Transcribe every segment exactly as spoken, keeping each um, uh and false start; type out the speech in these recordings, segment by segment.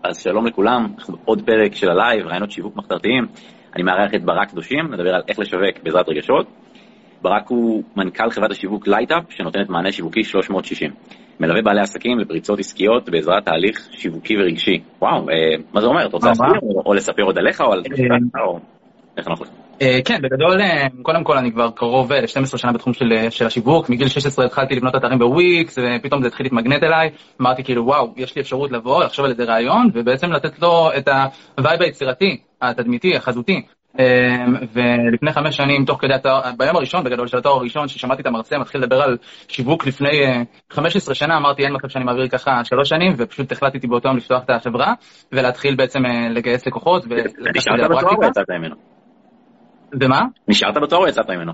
אז שלום לכולם, אנחנו בעוד פרק של הלייב, רעיונות שיווק מחתרתיים. אני מארח את ברק קדושים, נדבר על איך לשווק בעזרת רגשות. ברק הוא מנכ"ל חברת השיווק לייטאפ, שנותנת מענה שיווקי שלוש מאות שישים. מלווה בעלי עסקים לפריצות עסקיות בעזרת תהליך שיווקי ורגשי. וואו, מה זה אומר? אתה רוצה להסביר או לספר עוד עליך או על זה? איך אנחנו? כן, בגדול, קודם כל אני כבר קרוב ל-שתים עשרה שנה בתחום של השיווק. מגיל שש עשרה התחלתי לבנות אתרים בוויקס, ופתאום זה התחיל להתמגנט אליי. אמרתי כאילו, וואו, יש לי אפשרות לבוא, לחשוב על איזה רעיון, ובעצם לתת לו את הווייב היצירתי, התדמיתי, החזותי. ולפני חמש שנים, תוך כדי התואר, ביום הראשון בגדול של התואר הראשון, ששמעתי את המרצה, מתחיל לדבר על שיווק לפני חמש עשרה שנה, אמרתי, אין מצב שאני מעביר ככה שלוש שנים, ופשוט החלטתי באותו יום לפתוח את החברה, ולהתחיל בעצם לגייס לקוחות. נשארת בתואר או יצאת ממנו? ומה? נשארת בתואר או יצאת ממנו?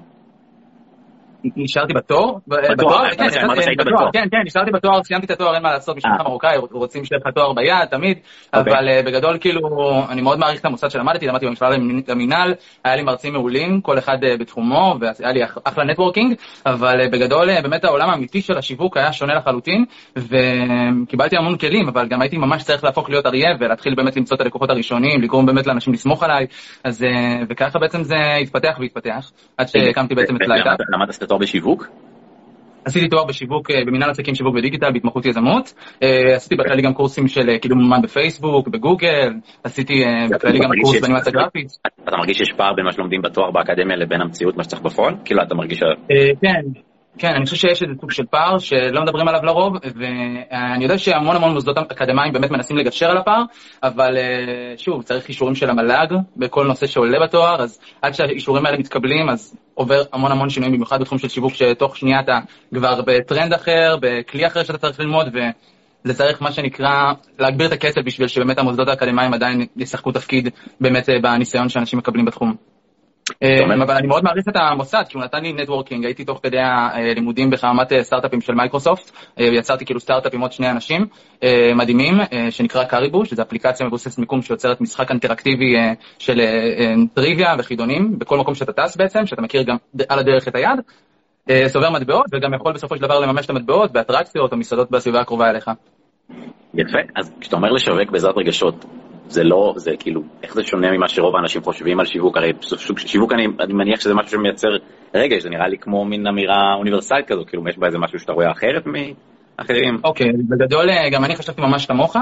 נשארתי בתואר? בתואר, כן, כן, נשארתי בתואר, סיימתי את התואר, אין מה לעשות, משפחה מרוקאי, רוצים שיהיה לך תואר ביד, תמיד, אבל בגדול כאילו, אני מאוד מעריך את המוסד שלמדתי, למדתי במכללה למינהל, היה לי מרצים מעולים, כל אחד בתחומו, והיה לי אחלה נטוורקינג, אבל בגדול באמת העולם האמיתי של השיווק היה שונה לחלוטין, וקיבלתי המון כלים, אבל גם הייתי ממש צריך להפוך להיות אריה, ולהתחיל באמת למצוא את הלקוחות הראשונים, לגרום באמת לאנשים לסמוך עליי, אז וככה בעצם זה התפתח והתפתח, עד שהקמתי בעצם את לייטאפ. למדת תואר בשיווק? עשיתי תואר בשיווק, במנהל עסקים שיווק ודיגיטל, בהתמחות יזמות. עשיתי בכללי גם קורסים של קידום אומן בפייסבוק, בגוגל. עשיתי בכללי גם קורס באנימציה גרפית. אתה מרגיש שיש פער בין מה שלומדים בתואר באקדמיה לבין המציאות, מה שצריך בפועל? כאילו אתה מרגיש... כן. כן, אני חושב שיש איזה סוג של פער שלא מדברים עליו לרוב, ואני יודע שהמון המון מוסדות אקדמיים באמת מנסים לגשר על הפער, אבל שוב, צריך אישורים של המל"ג בכל נושא שעולה בתואר, אז עד שהאישורים האלה מתקבלים, אז עובר המון המון שינויים, במיוחד בתחום של שיווק, שתוך שנייה אתה כבר בטרנד אחר, בכלי אחר שאתה צריך ללמוד, וזה צריך מה שנקרא להגביר את הכסף בשביל שבאמת המוסדות האקדמיים עדיין ישחקו תפקיד באמת בניסיון שאנשים מקבלים בתחום. אבל אני מאוד מעריך את המוסד, כי הוא נתן לי נטוורקינג, הייתי תוך כדי הלימודים בחממת סטארט-אפים של מייקרוסופט, ויצרתי כאילו סטארט-אפ עם עוד שני אנשים מדהימים, שנקרא קריבו, שזו אפליקציה מבוססת מיקום שיוצרת משחק אינטראקטיבי של טריוויה וחידונים, בכל מקום שאתה טס בעצם, שאתה מכיר גם על הדרך את היד, סובר מטבעות, וגם יכול בסופו של דבר לממש את המטבעות באטרקציות או מסעדות בסביבה הקרובה אליך. יפה, אז כשאתה אומר לשווק בעזרת רגשות, זה לא, זה כאילו, איך זה שונה ממה שרוב האנשים חושבים על שיווק? הרי שיווק אני, אני מניח שזה משהו שמייצר רגש, זה נראה לי כמו מין אמירה אוניברסלית כזו, כאילו יש בה איזה משהו שאתה רואה אחרת מאחרים. אוקיי, בגדול גם אני חשבתי ממש כמוך,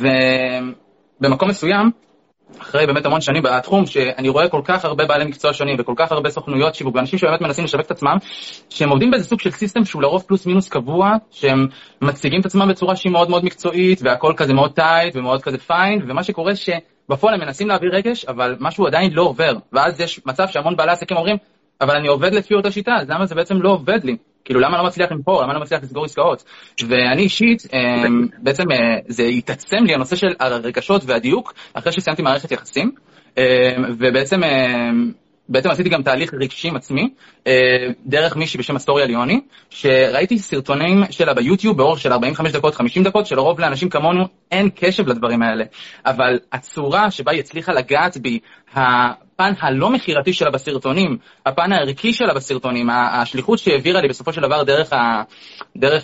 ובמקום מסוים, אחרי באמת המון שנים בתחום, שאני רואה כל כך הרבה בעלי מקצוע שונים, וכל כך הרבה סוכנויות שיווק, ואנשים שבאמת מנסים לשווק את עצמם, שהם עובדים באיזה סוג של סיסטם שהוא לרוב פלוס מינוס קבוע, שהם מציגים את עצמם בצורה שהיא מאוד מאוד מקצועית, והכל כזה מאוד טייט ומאוד כזה פיין, ומה שקורה שבפועל הם מנסים להעביר רגש, אבל משהו עדיין לא עובר, ואז יש מצב שהמון בעלי עסקים אומרים, אבל אני עובד לפי אותה שיטה, אז למה זה בעצם לא עובד לי? כאילו, למה לא מצליח למכור? למה לא מצליח לסגור עסקאות? ואני אישית, בעצם זה התעצם לי הנושא של הרגשות והדיוק, אחרי שסיימתי מערכת יחסים, ובעצם בעצם עשיתי גם תהליך רגשי עצמי, דרך מישהי בשם אסטוריה ליוני, שראיתי סרטונים שלה ביוטיוב באורך של ארבעים וחמש דקות, חמישים דקות, שלרוב לאנשים כמונו אין קשב לדברים האלה. אבל הצורה שבה היא הצליחה לגעת בי, הפן הלא מחירתי שלה בסרטונים, הפן הערכי שלה בסרטונים, השליחות שהעבירה לי בסופו של דבר דרך ה... דרך ה...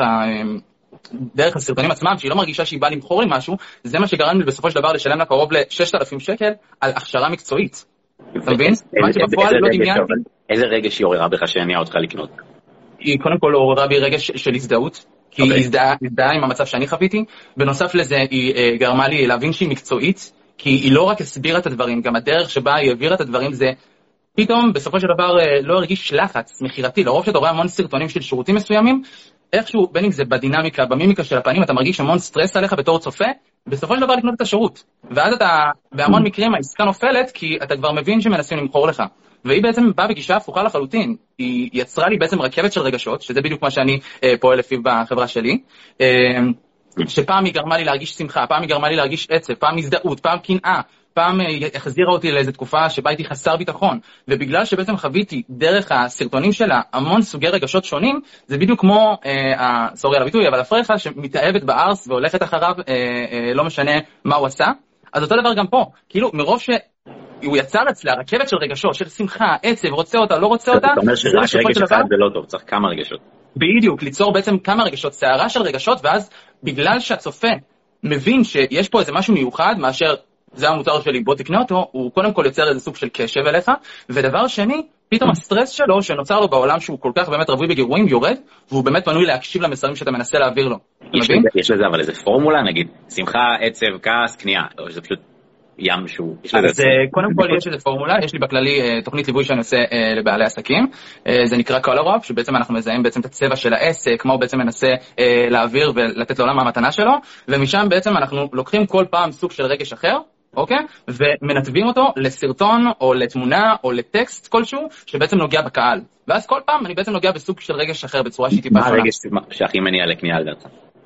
דרך הסרטונים עצמם, שהיא לא מרגישה שהיא באה למכור לי משהו, זה מה שגרם לי בסופו של דבר לשלם לה קרוב ל-ששת אלפים שקל על הכשרה מקצועית. אתה מבין? מה שבפועל לא דמיינתי. איזה רגש היא עוררה בך שהניעה אותך לקנות? היא קודם כל עוררה בי רגש של הזדהות, כי היא הזדהה עם המצב שאני חוויתי. בנוסף לזה, היא גרמה לי להבין שהיא מקצועית, כי היא לא רק הסבירה את הדברים, גם הדרך שבה היא העבירה את הדברים זה, פתאום בסופו של דבר לא הרגיש לחץ מחירתי. לרוב שאתה רואה המון סרטונים של שירותים מסוימים, איכשהו, בין אם זה בדינמיקה, במימיקה של הפנים, אתה מרגיש המון סטרס עליך בתור צופה, בסופו של דבר לקנות את השירות. ואז אתה, בהמון מקרים, העסקה נופלת, כי אתה כבר מבין שמנסים למכור לך. והיא בעצם באה בגישה הפוכה לחלוטין. היא יצרה לי בעצם רכבת של רגשות, שזה בדיוק מה שאני אה, פועל לפיו בחברה שלי, אה, שפעם היא גרמה לי להרגיש שמחה, פעם היא גרמה לי להרגיש עצב, פעם הזדהות, פעם קנאה, פעם החזירה אותי לאיזו תקופה שבה הייתי חסר ביטחון, ובגלל שבעצם חוויתי דרך הסרטונים שלה המון סוגי רגשות שונים, זה בדיוק כמו, אה, סורי על הביטוי, אבל הפרחה שמתאהבת בארס והולכת אחריו, אה, אה, לא משנה מה הוא עשה, אז אותו דבר גם פה, כאילו מרוב שהוא יצר אצלה רכבת של רגשות, של שמחה, עצב, רוצה אותה, לא רוצה אותה, זאת אומרת שרק רגש אחד זה לא טוב, צריך כמה רגשות. בדיוק, ליצור בעצם כמה רגשות, סערה של רגשות, ואז בגלל שהצופה מבין שיש פה איזה משהו מיוחד, מאשר זה המוצר שלי, בוא תקנה אותו, הוא קודם כל יוצר איזה סוג של קשב אליך, ודבר שני, פתאום הסטרס שלו, שנוצר לו בעולם שהוא כל כך באמת רבוי בגירויים, יורד, והוא באמת פנוי להקשיב למסרים שאתה מנסה להעביר לו. יש לזה, יש לזה אבל איזה פורמולה, נגיד, שמחה, עצב, כעס, קנייה, או שזה פשוט ים שהוא... אז קודם כל יש איזה פורמולה, יש לי בכללי תוכנית ליווי שאני עושה לבעלי עסקים, זה נקרא קולר-אפ, שבעצם אנחנו מזהים בעצם את הצבע של העסק, מה הוא בעצם מנסה להעביר ולתת לעולם המתנה שלו, ומשם בעצם אנחנו לוקחים כל פעם סוג של רגש אחר, אוקיי? ומנתבים אותו לסרטון או לתמונה או לטקסט כלשהו שבעצם נוגע בקהל. ואז כל פעם אני בעצם נוגע בסוג של רגש אחר בצורה שהיא טיפה שונה. מה הרגש שהכי מניע לקנייה לדעתך?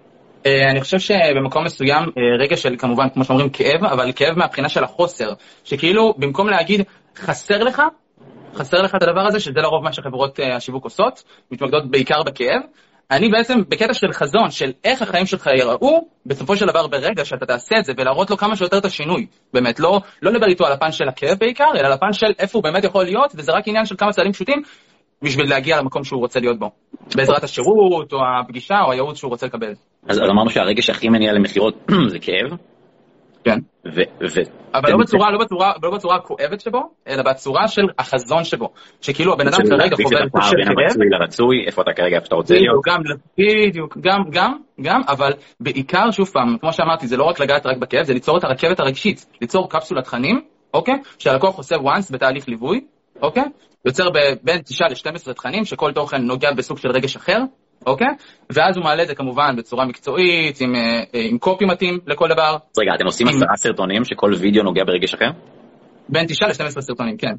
אני חושב שבמקום מסוים רגש של כמובן כמו שאומרים כאב, אבל כאב מהבחינה של החוסר, שכאילו במקום להגיד חסר לך, חסר לך את הדבר הזה, שזה לרוב מה שחברות השיווק עושות, מתמקדות בעיקר בכאב. אני בעצם בקטע של חזון, של איך החיים שלך יראו, בסופו של דבר ברגע שאתה תעשה את זה, ולהראות לו כמה שיותר את השינוי. באמת, לא, לא לדבר איתו על הפן של הכאב בעיקר, אלא על הפן של איפה הוא באמת יכול להיות, וזה רק עניין של כמה צעדים פשוטים, בשביל להגיע למקום שהוא רוצה להיות בו. בעזרת השירות, או הפגישה, או הייעוץ שהוא רוצה לקבל. אז, אז אמרנו שהרגש הכי מניע למכירות זה כאב. כן. ו, ו, אבל לא בצורה, לא בצורה, לא בצורה הכואבת שבו, אלא בצורה של החזון שבו. שכאילו הבן אדם כרגע חובר את של כאב. הרצוי לרצוי, איפה אתה כרגע, איפה שאתה רוצה להיות. גם, בדיוק, גם, גם, גם, אבל בעיקר, שוב פעם, כמו שאמרתי, זה לא רק לגעת רק בכאב, זה ליצור את הרכבת הרגשית, ליצור קפסולת תכנים, אוקיי? שהלקוח עושה once בתהליך ליווי, אוקיי? יוצר בין תשע ל-שתים עשרה תכנים, שכל תוכן נוגע בסוג של רגש אחר, אוקיי? ואז הוא מעלה את זה כמובן בצורה מקצועית, עם, עם קופי מתאים לכל דבר. רגע, אתם עושים עשרה סרטונים שכל וידאו נוגע ברגש אחר? בין תשע ל-שתים עשרה סרטונים, כן.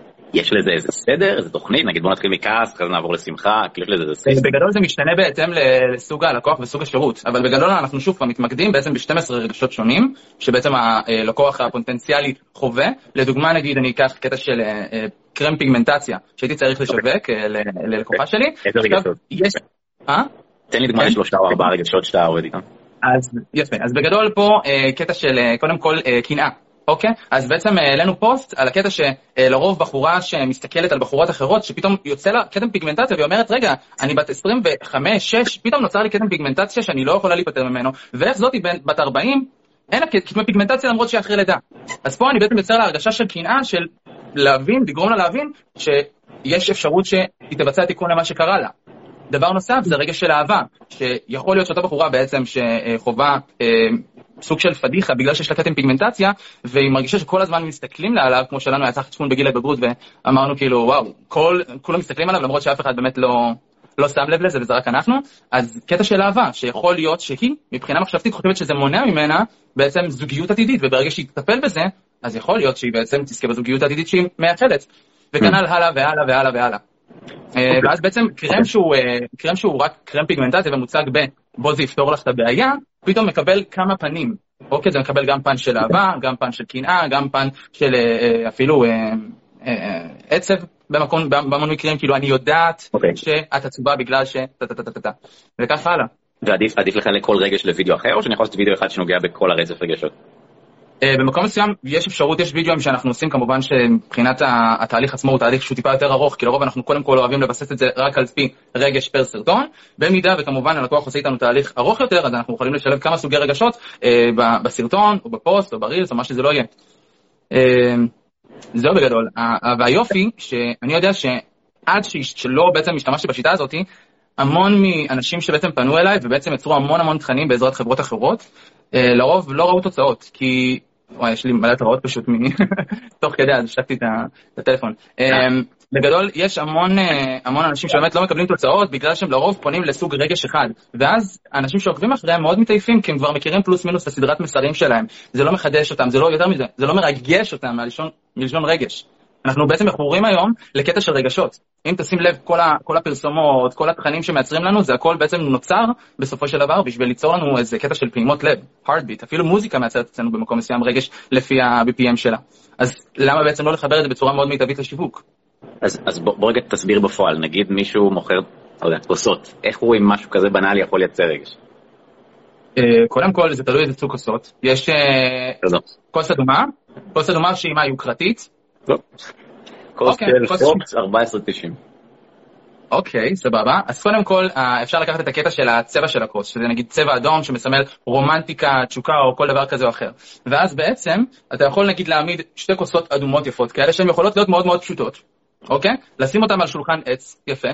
יש לזה איזה סדר, איזה תוכנית? נגיד בוא נתחיל מכעס, אחרי זה נעבור לשמחה, כאילו יש לזה סדר. בגדול זה משתנה בהתאם לסוג הלקוח וסוג השירות, אבל בגדול אנחנו שוב פעם מתמקדים בעצם ב-שתים עשרה רגשות שונים, שבעצם הלקוח הפוטנציאלי חווה. לדוגמה נגיד אני אקח קטע של קרם פיגמנטציה, שהייתי צריך לשווק ללקוחה שלי. איזה רגשות? אה? תן לי דוגמה לשלושה או ארבעה רגשות שאתה עובד איתם. אז יפה, אז בגדול פה קטע של קודם כל קנאה. אוקיי? אז בעצם העלינו פוסט על הקטע שלרוב בחורה שמסתכלת על בחורות אחרות, שפתאום יוצא לה כתם פיגמנטציה והיא אומרת, רגע, אני בת עשרים וחמש שש, פתאום נוצר לי כתם פיגמנטציה שאני לא יכולה להיפטר ממנו, ואיך זאתי בת ארבעים, אין לה כתמי פיגמנטציה למרות שהיא אחרי לידה. אז פה אני בעצם יוצר לה הרגשה של קנאה, של להבין, לגרום לה להבין, שיש אפשרות שהיא תבצע תיקון למה שקרה לה. דבר נוסף זה רגע של אהבה, שיכול להיות שאותה בחורה בעצם שחובה סוג של פדיחה בגלל שיש לה כתם פיגמנטציה, והיא מרגישה שכל הזמן מסתכלים לה עליו, כמו שלנו יצא חצפון בגיל הבגרות, ואמרנו כאילו וואו, כל, כולם מסתכלים עליו למרות שאף אחד באמת לא, לא שם לב לזה, וזה רק אנחנו. אז קטע של אהבה, שיכול להיות שהיא, מבחינה מחשבתית, חושבת שזה מונע ממנה בעצם זוגיות עתידית, וברגע שהיא תטפל בזה, אז יכול להיות שהיא בעצם תזכה בזוגיות עתידית שהיא מייחדת, וכנ"ל הלאה והלאה והלאה והלאה. ואז בעצם קרם שהוא, קרם שהוא רק קרם פיגמנטציה ומוצג בו זה יפתור לך את הבעיה, פתאום מקבל כמה פנים. אוקיי, זה מקבל גם פן של אהבה, גם פן של קנאה, גם פן של אפילו עצב במקום, במון מקרים, כאילו אני יודעת שאת עצובה בגלל ש... וכך הלאה. ועדיף לך לכל רגש לוידאו אחר, או שאני יכול לעשות וידאו אחד שנוגע בכל הרצף רגשות? במקום מסוים יש אפשרות, יש וידאוים שאנחנו עושים, כמובן שמבחינת התהליך עצמו הוא תהליך שהוא טיפה יותר ארוך, כי לרוב אנחנו קודם כל אוהבים לבסס את זה רק על פי רגש פר סרטון, במידה וכמובן הלקוח עושה איתנו תהליך ארוך יותר, אז אנחנו יכולים לשלב כמה סוגי רגשות בסרטון או בפוסט או ברילס או מה שזה לא יהיה. זהו בגדול, והיופי שאני יודע שעד שלא בעצם משתמשתי בשיטה הזאת, המון מאנשים שבעצם פנו אליי ובעצם יצרו המון המון תכנים בעזרת חברות אחרות, לרוב לא ראו תוצאות, כי וואי, יש לי מלא התראות פשוט תוך כדי, אז השקתי את הטלפון. בגדול, יש המון המון אנשים שבאמת לא מקבלים תוצאות, בגלל שהם לרוב פונים לסוג רגש אחד, ואז אנשים שעוקבים אחריהם מאוד מתעייפים, כי הם כבר מכירים פלוס מינוס לסדרת מסרים שלהם. זה לא מחדש אותם, זה לא יותר מזה, זה לא מרגש אותם מלשון רגש. אנחנו בעצם מחוברים היום לקטע של רגשות. אם תשים לב, כל, ה, כל הפרסומות, כל התכנים שמייצרים לנו, זה הכל בעצם נוצר בסופו של דבר, בשביל ליצור לנו איזה קטע של פעימות לב, heartbeat. אפילו מוזיקה מייצרת אצלנו במקום מסוים רגש לפי ה-בי פי אם שלה. אז למה בעצם לא לחבר את זה בצורה מאוד מיטבית לשיווק? אז, אז בוא, בוא רגע תסביר בפועל. נגיד מישהו מוכר, לא יודע, כוסות. איך הוא עם משהו כזה בנאלי יכול לייצר רגש? קודם כל, זה תלוי איזה סוג כוסות. יש כוס אדומה, כוס אדומה שהיא מה, יוקרתית. לא. כוס של פוקס ארבע עשרה תשעים. אוקיי, סבבה. אז קודם כל, אפשר לקחת את הקטע של הצבע של הכוס, שזה נגיד צבע אדום שמסמל רומנטיקה, תשוקה או כל דבר כזה או אחר. ואז בעצם, אתה יכול נגיד להעמיד שתי כוסות אדומות יפות כאלה, שהן יכולות להיות מאוד מאוד פשוטות. אוקיי? לשים אותם על שולחן עץ יפה,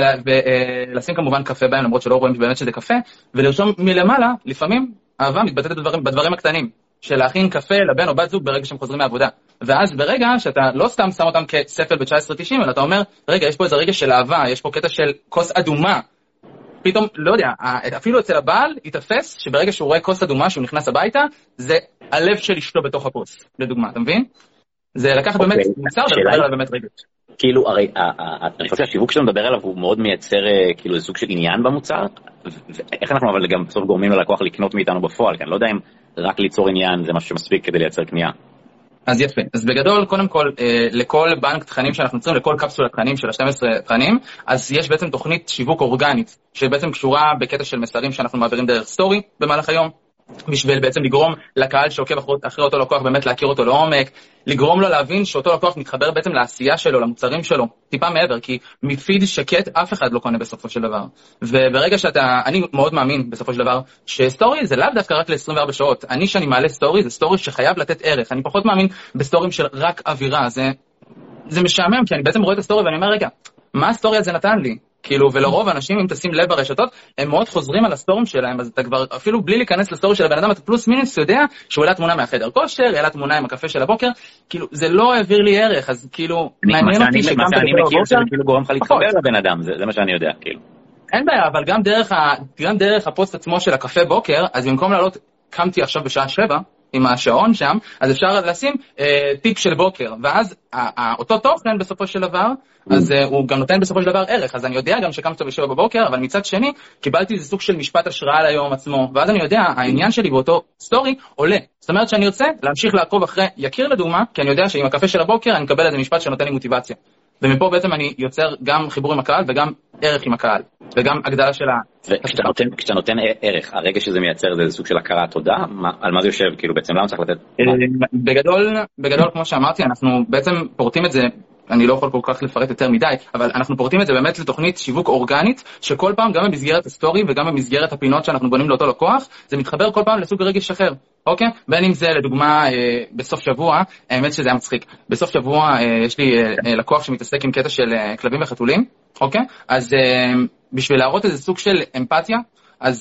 ולשים כמובן קפה בהם, למרות שלא רואים באמת שזה קפה, ולרשום מלמעלה, לפעמים, אהבה מתבטאת בדברים, בדברים הקטנים, של להכין קפה לבן או בת זוג ברגע שהם חוזרים מעבודה. ואז ברגע שאתה לא סתם שם אותם כספל ב-תשע עשרה תשעים, אלא אתה אומר, רגע, יש פה איזה רגע של אהבה, יש פה קטע של כוס אדומה. פתאום, לא יודע, אפילו אצל הבעל יתפס שברגע שהוא רואה כוס אדומה שהוא נכנס הביתה, זה הלב של אשתו בתוך הכוס, לדוגמה, אתה מבין? זה לקחת באמת מוצר ולדבר עליו באמת רגע. כאילו, הרי, אני חושב שהשיווק שאתה מדבר עליו הוא מאוד מייצר כאילו איזה סוג של עניין במוצר, ואיך אנחנו אבל גם בסוף גורמים ללקוח לקנות מאיתנו בפועל, כי אני לא יודע אם רק ליצור עניין זה משהו שמספיק כדי לייצר קנייה. אז יפה. אז בגדול, קודם כל, לכל בנק תכנים שאנחנו יוצרים, לכל קפסולת תכנים של ה-שנים עשר תכנים, אז יש בעצם תוכנית שיווק אורגנית, שבעצם קשורה בקטע של מסרים שאנחנו מעבירים דרך סטורי במהלך היום, בשביל בעצם לגרום לקהל שעוקב אחרי אותו לקוח באמת להכיר אותו לעומק, לגרום לו להבין שאותו לקוח מתחבר בעצם לעשייה שלו, למוצרים שלו, טיפה מעבר, כי מפיד שקט אף אחד לא קונה בסופו של דבר. וברגע שאתה, אני מאוד מאמין בסופו של דבר, שסטורי זה לאו דווקא רק ל-עשרים וארבע שעות. אני שאני מעלה סטורי, זה סטורי שחייב לתת ערך. אני פחות מאמין בסטורים של רק אווירה. זה, זה משעמם, כי אני בעצם רואה את הסטורי ואני אומר, רגע, מה הסטורי הזה נתן לי? כאילו, ולרוב האנשים, אם תשים לב ברשתות, הם מאוד חוזרים על הסטורים שלהם, אז אתה כבר, אפילו בלי להיכנס לסטורי של הבן אדם, אתה פלוס מינוס יודע שהוא העלה תמונה מהחדר כושר, העלה תמונה עם הקפה של הבוקר, כאילו, זה לא העביר לי ערך, אז כאילו, מעניין אותי שגם... מה שאני מכיר, זה כאילו גורם לך להתחבר לבן אדם, זה מה שאני יודע, כאילו. אין בעיה, אבל גם דרך, גם דרך הפוסט עצמו של הקפה בוקר, אז במקום לעלות, קמתי עכשיו בשעה שבע, עם השעון שם, אז אפשר לשים אה, טיפ של בוקר, ואז אה, אותו תוכן בסופו של דבר, אז אה, הוא גם נותן בסופו של דבר ערך, אז אני יודע גם שקמתי בשבע בבוקר, אבל מצד שני, קיבלתי איזה סוג של משפט השראה ליום עצמו, ואז אני יודע, העניין שלי באותו סטורי עולה. זאת אומרת שאני רוצה להמשיך לעקוב אחרי יקיר לדוגמה, כי אני יודע שעם הקפה של הבוקר אני מקבל איזה משפט שנותן לי מוטיבציה. ומפה בעצם אני יוצר גם חיבור עם הקהל וגם ערך עם הקהל, וגם הגדלה של ה... וכשאתה נותן, כשאתה נותן ערך, הרגע שזה מייצר זה סוג של הכרת תודה, מה, על מה זה יושב? כאילו בעצם למה צריך לתת? בגדול, בגדול כמו שאמרתי, אנחנו בעצם פורטים את זה, אני לא יכול כל כך לפרט יותר מדי, אבל אנחנו פורטים את זה באמת לתוכנית שיווק אורגנית, שכל פעם גם במסגרת הסטורי וגם במסגרת הפינות שאנחנו בונים לאותו לקוח, זה מתחבר כל פעם לסוג רגש אחר. אוקיי? בין אם זה לדוגמה בסוף שבוע, האמת שזה היה מצחיק, בסוף שבוע יש לי לקוח שמתעסק עם קטע של כלבים וחתולים, אוקיי? אז בשביל להראות איזה סוג של אמפתיה, אז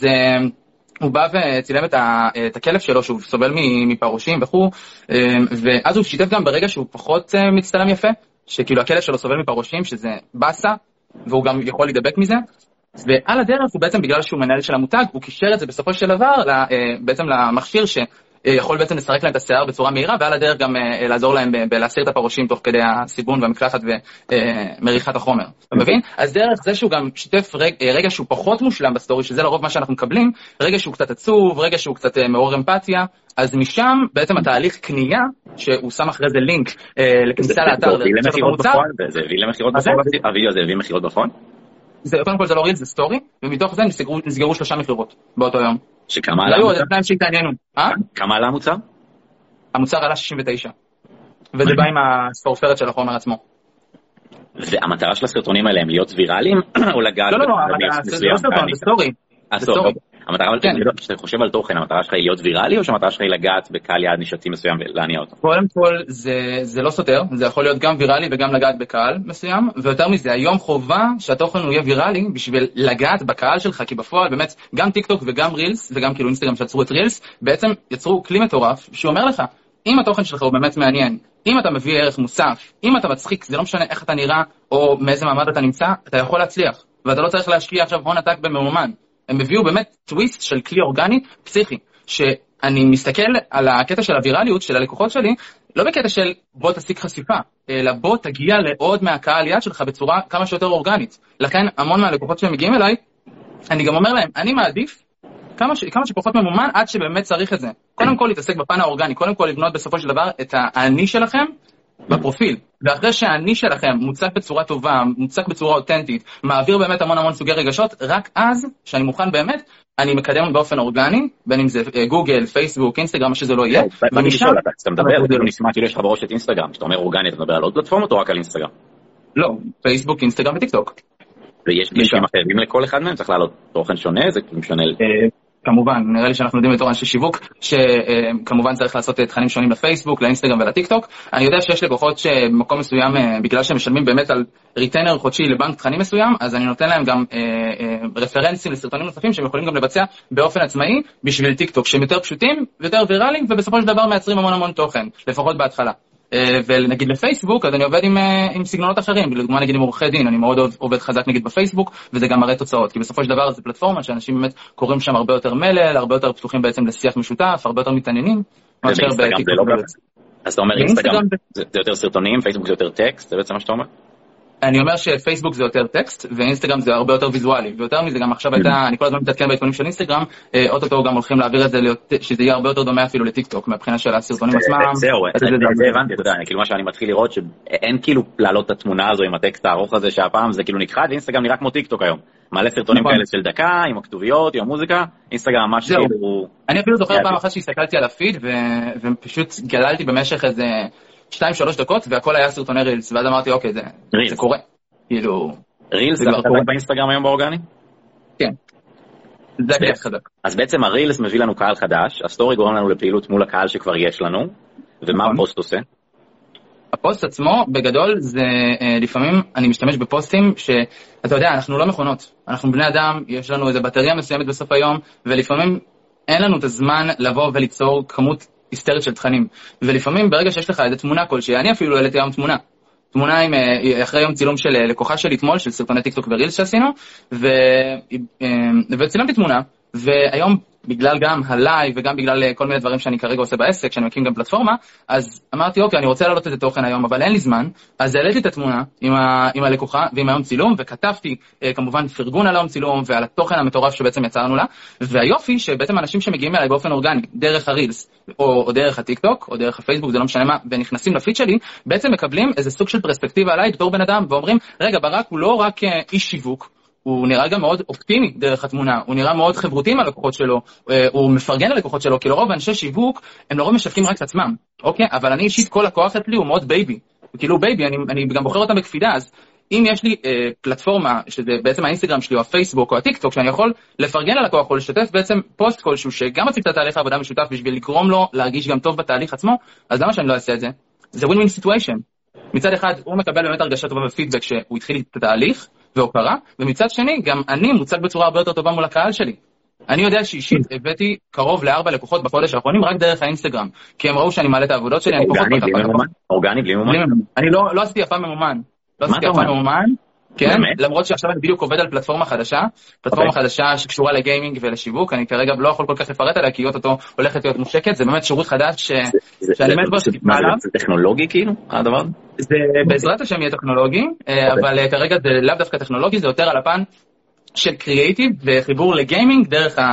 הוא בא וצילם את הכלב שלו שהוא סובל מפרושים וכו', ואז הוא שיתף גם ברגע שהוא פחות מצטלם יפה, שכאילו הכלב שלו סובל מפרושים, שזה בסה, והוא גם יכול להידבק מזה, ועל הדרך הוא בעצם בגלל שהוא מנהל של המותג, הוא קישר את זה בסופו של דבר בעצם למכשיר שיכול בעצם לסרק להם את השיער בצורה מהירה, ועל הדרך גם לעזור להם בלהסיר את הפרושים תוך כדי הסיבון והמקלחת ומריחת החומר. אתה מבין? אז דרך זה שהוא גם שיתף רגע שהוא פחות מושלם בסטורי, שזה לרוב מה שאנחנו מקבלים, רגע שהוא קצת עצוב, רגע שהוא קצת מעורר אמפתיה, אז משם בעצם התהליך קנייה, שהוא שם אחרי זה לינק לכניסה לאתר. זה הביא למחירות בפועל? הווידאו הזה הביא מחירות בפועל? זה, קודם כל זה לא ריל, זה סטורי, ומתוך זה נסגרו, נסגרו שלושה מכירות באותו יום. שכמה עלה המוצר? זה שהתעניינו. אה? כמה עלה המוצר? המוצר עלה שישים ותשע. וזה בא עם הספורפרת של החומר עצמו. והמטרה של הסרטונים האלה הם להיות ויראליים, או לגעת... לא, לא, לא, זה לא סרטון, זה סטורי. אה, סטורי. המטרה, כשאתה חושב על תוכן, המטרה שלך היא להיות ויראלי, או שהמטרה שלך היא לגעת בקהל יעד נישתי מסוים ולהניע אותו? קודם כל, זה לא סותר, זה יכול להיות גם ויראלי וגם לגעת בקהל מסוים, ויותר מזה, היום חובה שהתוכן הוא יהיה ויראלי בשביל לגעת בקהל שלך, כי בפועל באמת גם טיק טוק וגם רילס, וגם כאילו אינסטגרם שיצרו את רילס, בעצם יצרו כלי מטורף, שהוא אומר לך, אם התוכן שלך הוא באמת מעניין, אם אתה מביא ערך מוסף, אם אתה מצחיק, זה לא משנה איך אתה נראה, או מאיזה מעמד אתה נמצא, אתה יכול להצליח, ואתה לא צריך להשקיע עכשיו הון עתק בממומן. הם הביאו באמת טוויסט של כלי אורגני פסיכי, שאני מסתכל על הקטע של הווירליות של הלקוחות שלי, לא בקטע של בוא תשיג חשיפה, אלא בוא תגיע לעוד מהקהל יד שלך בצורה כמה שיותר אורגנית. לכן המון מהלקוחות שהם מגיעים אליי, אני גם אומר להם, אני מעדיף כמה, ש... כמה שפחות ממומן עד שבאמת צריך את זה. קודם כל להתעסק בפן האורגני, קודם כל לבנות בסופו של דבר את האני שלכם בפרופיל, ואחרי שהאני שלכם מוצג בצורה טובה, מוצג בצורה אותנטית, מעביר באמת המון המון סוגי רגשות, רק אז, שאני מוכן באמת, אני מקדם באופן אורגני, בין אם זה גוגל, פייסבוק, אינסטגרם, מה שזה לא יהיה. ומשם... אתה מדבר, זה לא נשמע כאילו יש לך בראש את אינסטגרם, כשאתה אומר אורגני, אתה מדבר על עוד פלטפורמות או רק על אינסטגרם? לא, פייסבוק, אינסטגרם וטיק טוק. ויש דגשים אחרים לכל אחד מהם? צריך לעלות תוכן שונה? זה משנה? כמובן, נראה לי שאנחנו יודעים בתור אנשי שיווק, שכמובן צריך לעשות תכנים שונים לפייסבוק, לאינסטגרם ולטיק טוק. אני יודע שיש לקוחות שבמקום מסוים, בגלל שהם משלמים באמת על ריטיינר חודשי לבנק תכנים מסוים, אז אני נותן להם גם רפרנסים לסרטונים נוספים שהם יכולים גם לבצע באופן עצמאי בשביל טיק טוק, שהם יותר פשוטים, יותר ויראליים, ובסופו של דבר מייצרים המון המון תוכן, לפחות בהתחלה. ונגיד לפייסבוק, אז אני עובד עם, עם סגנונות אחרים, לדוגמה נגיד עם עורכי דין, אני מאוד עובד חזק נגיד בפייסבוק, וזה גם מראה תוצאות, כי בסופו של דבר זה פלטפורמה שאנשים באמת קוראים שם הרבה יותר מלל, הרבה יותר פתוחים בעצם לשיח משותף, הרבה יותר מתעניינים. ובאינסטגרם זה לא ככה. אז אתה אומר אינסטגרם זה יותר סרטונים, פייסבוק זה יותר טקסט, זה בעצם מה שאתה אומר? אני אומר שפייסבוק זה יותר טקסט, ואינסטגרם זה הרבה יותר ויזואלי, ויותר מזה גם עכשיו הייתה, אני כל הזמן מתעדכן בעדכונים של אינסטגרם, אוטוטו גם הולכים להעביר את זה, שזה יהיה הרבה יותר דומה אפילו לטיק טוק, מהבחינה של הסרטונים עצמם. זהו, זה הבנתי, אתה יודע, כאילו מה שאני מתחיל לראות, שאין כאילו להעלות את התמונה הזו עם הטקסט הארוך הזה, שהפעם זה כאילו נכחד, אינסטגרם נראה כמו טיק טוק היום. מעלה סרטונים כאלה של דקה, עם הכתוביות, עם המוזיקה, אינסטגרם ממש כאילו... אני אפילו זוכר פעם אחת שהסתכלתי על הפיד, ופשוט גללתי במשך איזה שתיים שלוש דקות, והכל היה סרטוני רילס, ואז אמרתי, אוקיי, זה קורה. כאילו... רילס זה חזק באינסטגרם היום באורגני? כן. זה הכי חזק. אז בעצם הרילס מביא לנו קהל חדש, הסטורי גורם לנו לפעילות מול הקהל שכבר יש לנו, ומה הפוסט עושה? הפוסט עצמו, בגדול, זה לפעמים אני משתמש בפוסטים שאתה יודע, אנחנו לא מכונות, אנחנו בני אדם, יש לנו איזו בטריה מסוימת בסוף היום, ולפעמים אין לנו את הזמן לבוא וליצור כמות היסטרית של תכנים, ולפעמים ברגע שיש לך איזו תמונה כלשהי, אני אפילו העליתי היום תמונה, תמונה עם, אחרי יום צילום של לקוחה של אתמול, של סרטוני טיק טוק ורילס שעשינו, ו... וצילמתי תמונה, והיום בגלל גם הלייב וגם בגלל כל מיני דברים שאני כרגע עושה בעסק, שאני מקים גם פלטפורמה, אז אמרתי, אוקיי, אני רוצה להעלות את התוכן היום, אבל אין לי זמן, אז העליתי את התמונה עם, ה... עם הלקוחה ועם היום צילום, וכתבתי כמובן פרגון על היום צילום ועל התוכן המטורף שבעצם יצרנו לה, והיופי שבעצם אנשים שמגיעים אליי באופן אורגני, דרך הרילס, או, או דרך הטיק טוק, או דרך הפייסבוק, זה לא משנה מה, ונכנסים לפיד שלי, בעצם מקבלים איזה סוג של פרספקטיבה עליי בתור בן אדם, ואומרים, רגע, ברק הוא לא רק איש שיווק, הוא נראה גם מאוד אופטימי דרך התמונה, הוא נראה מאוד חברותי עם הלקוחות שלו, הוא מפרגן ללקוחות שלו, כי לרוב אנשי שיווק, הם לרוב משווקים רק את עצמם, אוקיי? אבל אני אישית, כל הכוח אצלי הוא מאוד בייבי, כאילו בייבי, אני, אני גם בוחר אותם בקפידה, אז אם יש לי אה, פלטפורמה, שזה בעצם האינסטגרם שלי, או הפייסבוק, או הטיק טוק, שאני יכול לפרגן ללקוח, או לשתף בעצם פוסט כלשהו, שגם מציג את התהליך העבודה משותף, בשביל לקרום לו להרגיש גם טוב בתהליך עצמו, אז למה שאני לא אעשה את זה? זה win-win situation. מצד אחד, הוא מקבל באמת הרגשה טובה ופידבק שהוא התחיל את התהליך, והוקרה, ומצד שני, גם אני מוצג בצורה הרבה יותר טובה מול הקהל שלי. אני יודע שאישית הבאתי קרוב לארבע לקוחות בחודש האחרונים, רק דרך האינסטגרם, כי הם ראו שאני מעלה את העבודות שלי, אני פחות פחות פחות. אורגני בלי ממומן? אני לא עשיתי אף פעם ממומן. לא עשיתי אף פעם ממומן. כן, למרות שעכשיו אני בדיוק עובד על פלטפורמה חדשה, פלטפורמה חדשה שקשורה לגיימינג ולשיווק, אני כרגע לא יכול כל כך לפרט עליה, כי אותו הולכת להיות מושקת, זה באמת שירות חדש שאני מת בו שתקמה עליו. זה טכנולוגי כאילו, הדבר? זה בעזרת השם יהיה טכנולוגי, אבל כרגע זה לאו דווקא טכנולוגי, זה יותר על הפן של קריאייטיב וחיבור לגיימינג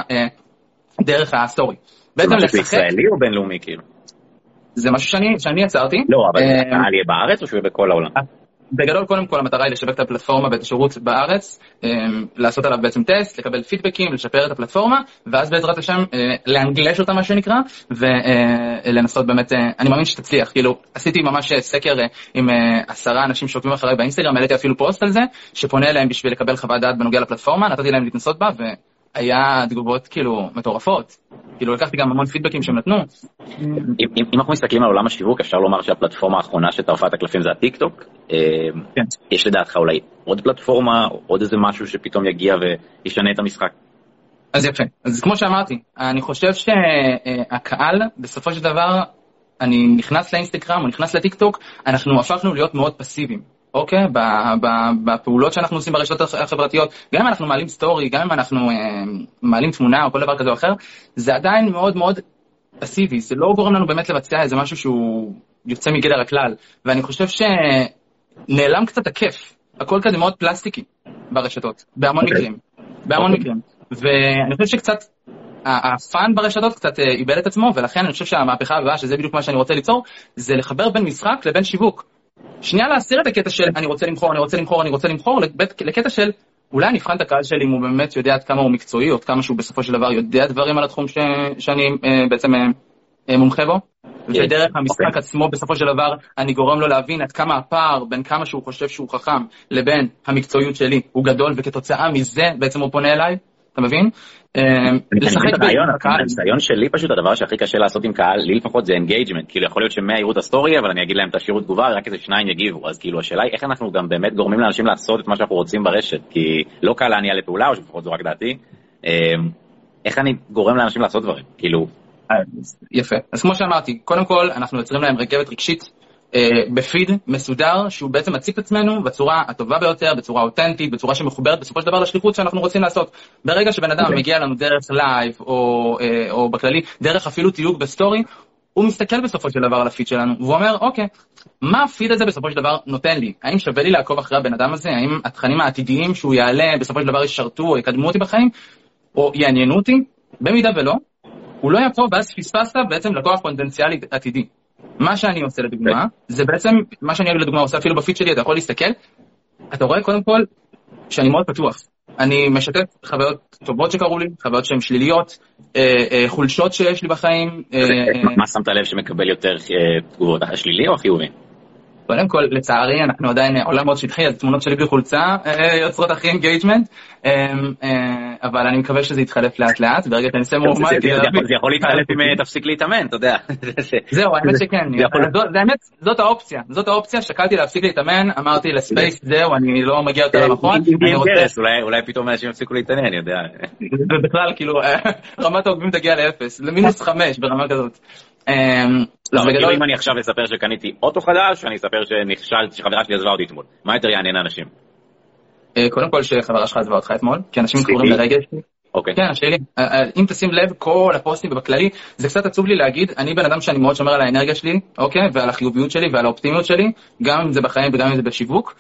דרך הסטורי. זה משהו ישראלי או בינלאומי כאילו? זה משהו שאני יצרתי. לא, אבל זה יהיה בארץ או שהוא יהיה בכל העולם? בגדול, קודם כל, המטרה היא לשווק את הפלטפורמה ואת השירות בארץ, לעשות עליו בעצם טסט, לקבל פידבקים, לשפר את הפלטפורמה, ואז בעזרת השם להנגלש אותה, מה שנקרא, ולנסות באמת, אני מאמין שתצליח, כאילו, עשיתי ממש סקר עם עשרה אנשים שעוקבים אחריי באינסטגרם, העליתי אפילו פוסט על זה, שפונה אליהם בשביל לקבל חוות דעת בנוגע לפלטפורמה, נתתי להם להתנסות בה, והיה תגובות כאילו מטורפות. כאילו לקחתי גם המון פידבקים שהם נתנו. אם אנחנו מסתכלים על עולם השיווק, אפשר לומר שהפלטפורמה האחרונה שטרפה את הקלפים זה הטיק טוק. יש לדעתך אולי עוד פלטפורמה, או עוד איזה משהו שפתאום יגיע וישנה את המשחק? אז יפה. אז כמו שאמרתי, אני חושב שהקהל, בסופו של דבר, אני נכנס לאינסטגרם, או נכנס לטיק טוק, אנחנו הפכנו להיות מאוד פסיביים. אוקיי, בפעולות שאנחנו עושים ברשתות החברתיות, גם אם אנחנו מעלים סטורי, גם אם אנחנו מעלים תמונה או כל דבר כזה או אחר, זה עדיין מאוד מאוד פסיבי, זה לא גורם לנו באמת לבצע איזה משהו שהוא יוצא מגדר הכלל, ואני חושב שנעלם קצת הכיף, הכל כזה מאוד פלסטיקי ברשתות, בהמון מקרים, בהמון מקרים, ואני חושב שקצת, הפאן ברשתות קצת איבד את עצמו, ולכן אני חושב שהמהפכה הבאה, שזה בדיוק מה שאני רוצה ליצור, זה לחבר בין משחק לבין שיווק. שנייה להסיר את הקטע של אני רוצה למכור, אני רוצה למכור, אני רוצה למכור, לקטע של אולי אני אבחן את הקהל שלי אם הוא באמת יודע עד כמה הוא מקצועי, או עד כמה שהוא בסופו של דבר יודע דברים על התחום ש... שאני בעצם מומחה בו, ודרך המשחק עצמו בסופו של דבר אני גורם לו להבין עד כמה הפער בין כמה שהוא חושב שהוא חכם לבין המקצועיות שלי הוא גדול, וכתוצאה מזה בעצם הוא פונה אליי, אתה מבין? לשחק בקהל. הניסיון שלי פשוט, הדבר שהכי קשה לעשות עם קהל, לי לפחות זה אינגייג'מנט, כאילו יכול להיות שמאה יראו את הסטורי, אבל אני אגיד להם תשאירו תגובה, רק איזה שניים יגיבו, אז כאילו השאלה היא איך אנחנו גם באמת גורמים לאנשים לעשות את מה שאנחנו רוצים ברשת, כי לא קל להניע לפעולה, או שלפחות זו רק דעתי, איך אני גורם לאנשים לעשות דברים, כאילו... יפה, אז כמו שאמרתי, קודם כל אנחנו יוצרים להם רכבת רגשית, בפיד מסודר, שהוא בעצם מציג את עצמנו בצורה הטובה ביותר, בצורה אותנטית, בצורה שמחוברת בסופו של דבר לשליחות שאנחנו רוצים לעשות. ברגע שבן אדם okay. מגיע לנו דרך לייב, או, או בכללי, דרך אפילו תיוג בסטורי, הוא מסתכל בסופו של דבר על הפיד שלנו, והוא אומר, אוקיי, מה הפיד הזה בסופו של דבר נותן לי? האם שווה לי לעקוב אחרי הבן אדם הזה? האם התכנים העתידיים שהוא יעלה בסופו של דבר ישרתו או יקדמו אותי בחיים? או יעניינו אותי? במידה ולא, הוא לא יעקוב, ואז פספסת בעצם לקוח פוטנציאלי עתידי. מה שאני עושה לדוגמה, זה בעצם, מה שאני לדוגמה עושה אפילו בפיד שלי, אתה יכול להסתכל, אתה רואה קודם כל שאני מאוד פתוח. אני משתף חוויות טובות שקרו לי, חוויות שהן שליליות, חולשות שיש לי בחיים. מה שמת לב שמקבל יותר תגובות, השלילי או החיובי? קודם כל, לצערי, אנחנו עדיין עולם מאוד שטחי, אז תמונות שלי בחולצה יוצרות הכי אינגייג'מנט, אבל אני מקווה שזה יתחלף לאט לאט, ברגע שאני אעשה מורמל... זה יכול להתחלף אם תפסיק להתאמן, אתה יודע. זהו, האמת שכן. האמת, זאת האופציה, זאת האופציה, שקלתי להפסיק להתאמן, אמרתי לספייס, זהו, אני לא מגיע יותר למכון. אולי פתאום אנשים יפסיקו להתעניין, אני יודע. ובכלל, כאילו, רמת העוקבים תגיע לאפס, למינוס חמש ברמה כזאת. כאילו אם אני עכשיו אספר שקניתי אוטו חדש, אני אספר שנכשלתי, שחברה שלי עזבה אותי אתמול. מה יותר יעניין לאנשים? קודם כל שחברה שלך עזבה אותך אתמול, כי אנשים קוראים לרגש. אוקיי. כן, שלי. אם תשים לב, כל הפוסטים ובכללי, זה קצת עצוב לי להגיד, אני בן אדם שאני מאוד שומר על האנרגיה שלי, אוקיי? ועל החיוביות שלי ועל האופטימיות שלי, גם אם זה בחיים וגם אם זה בשיווק.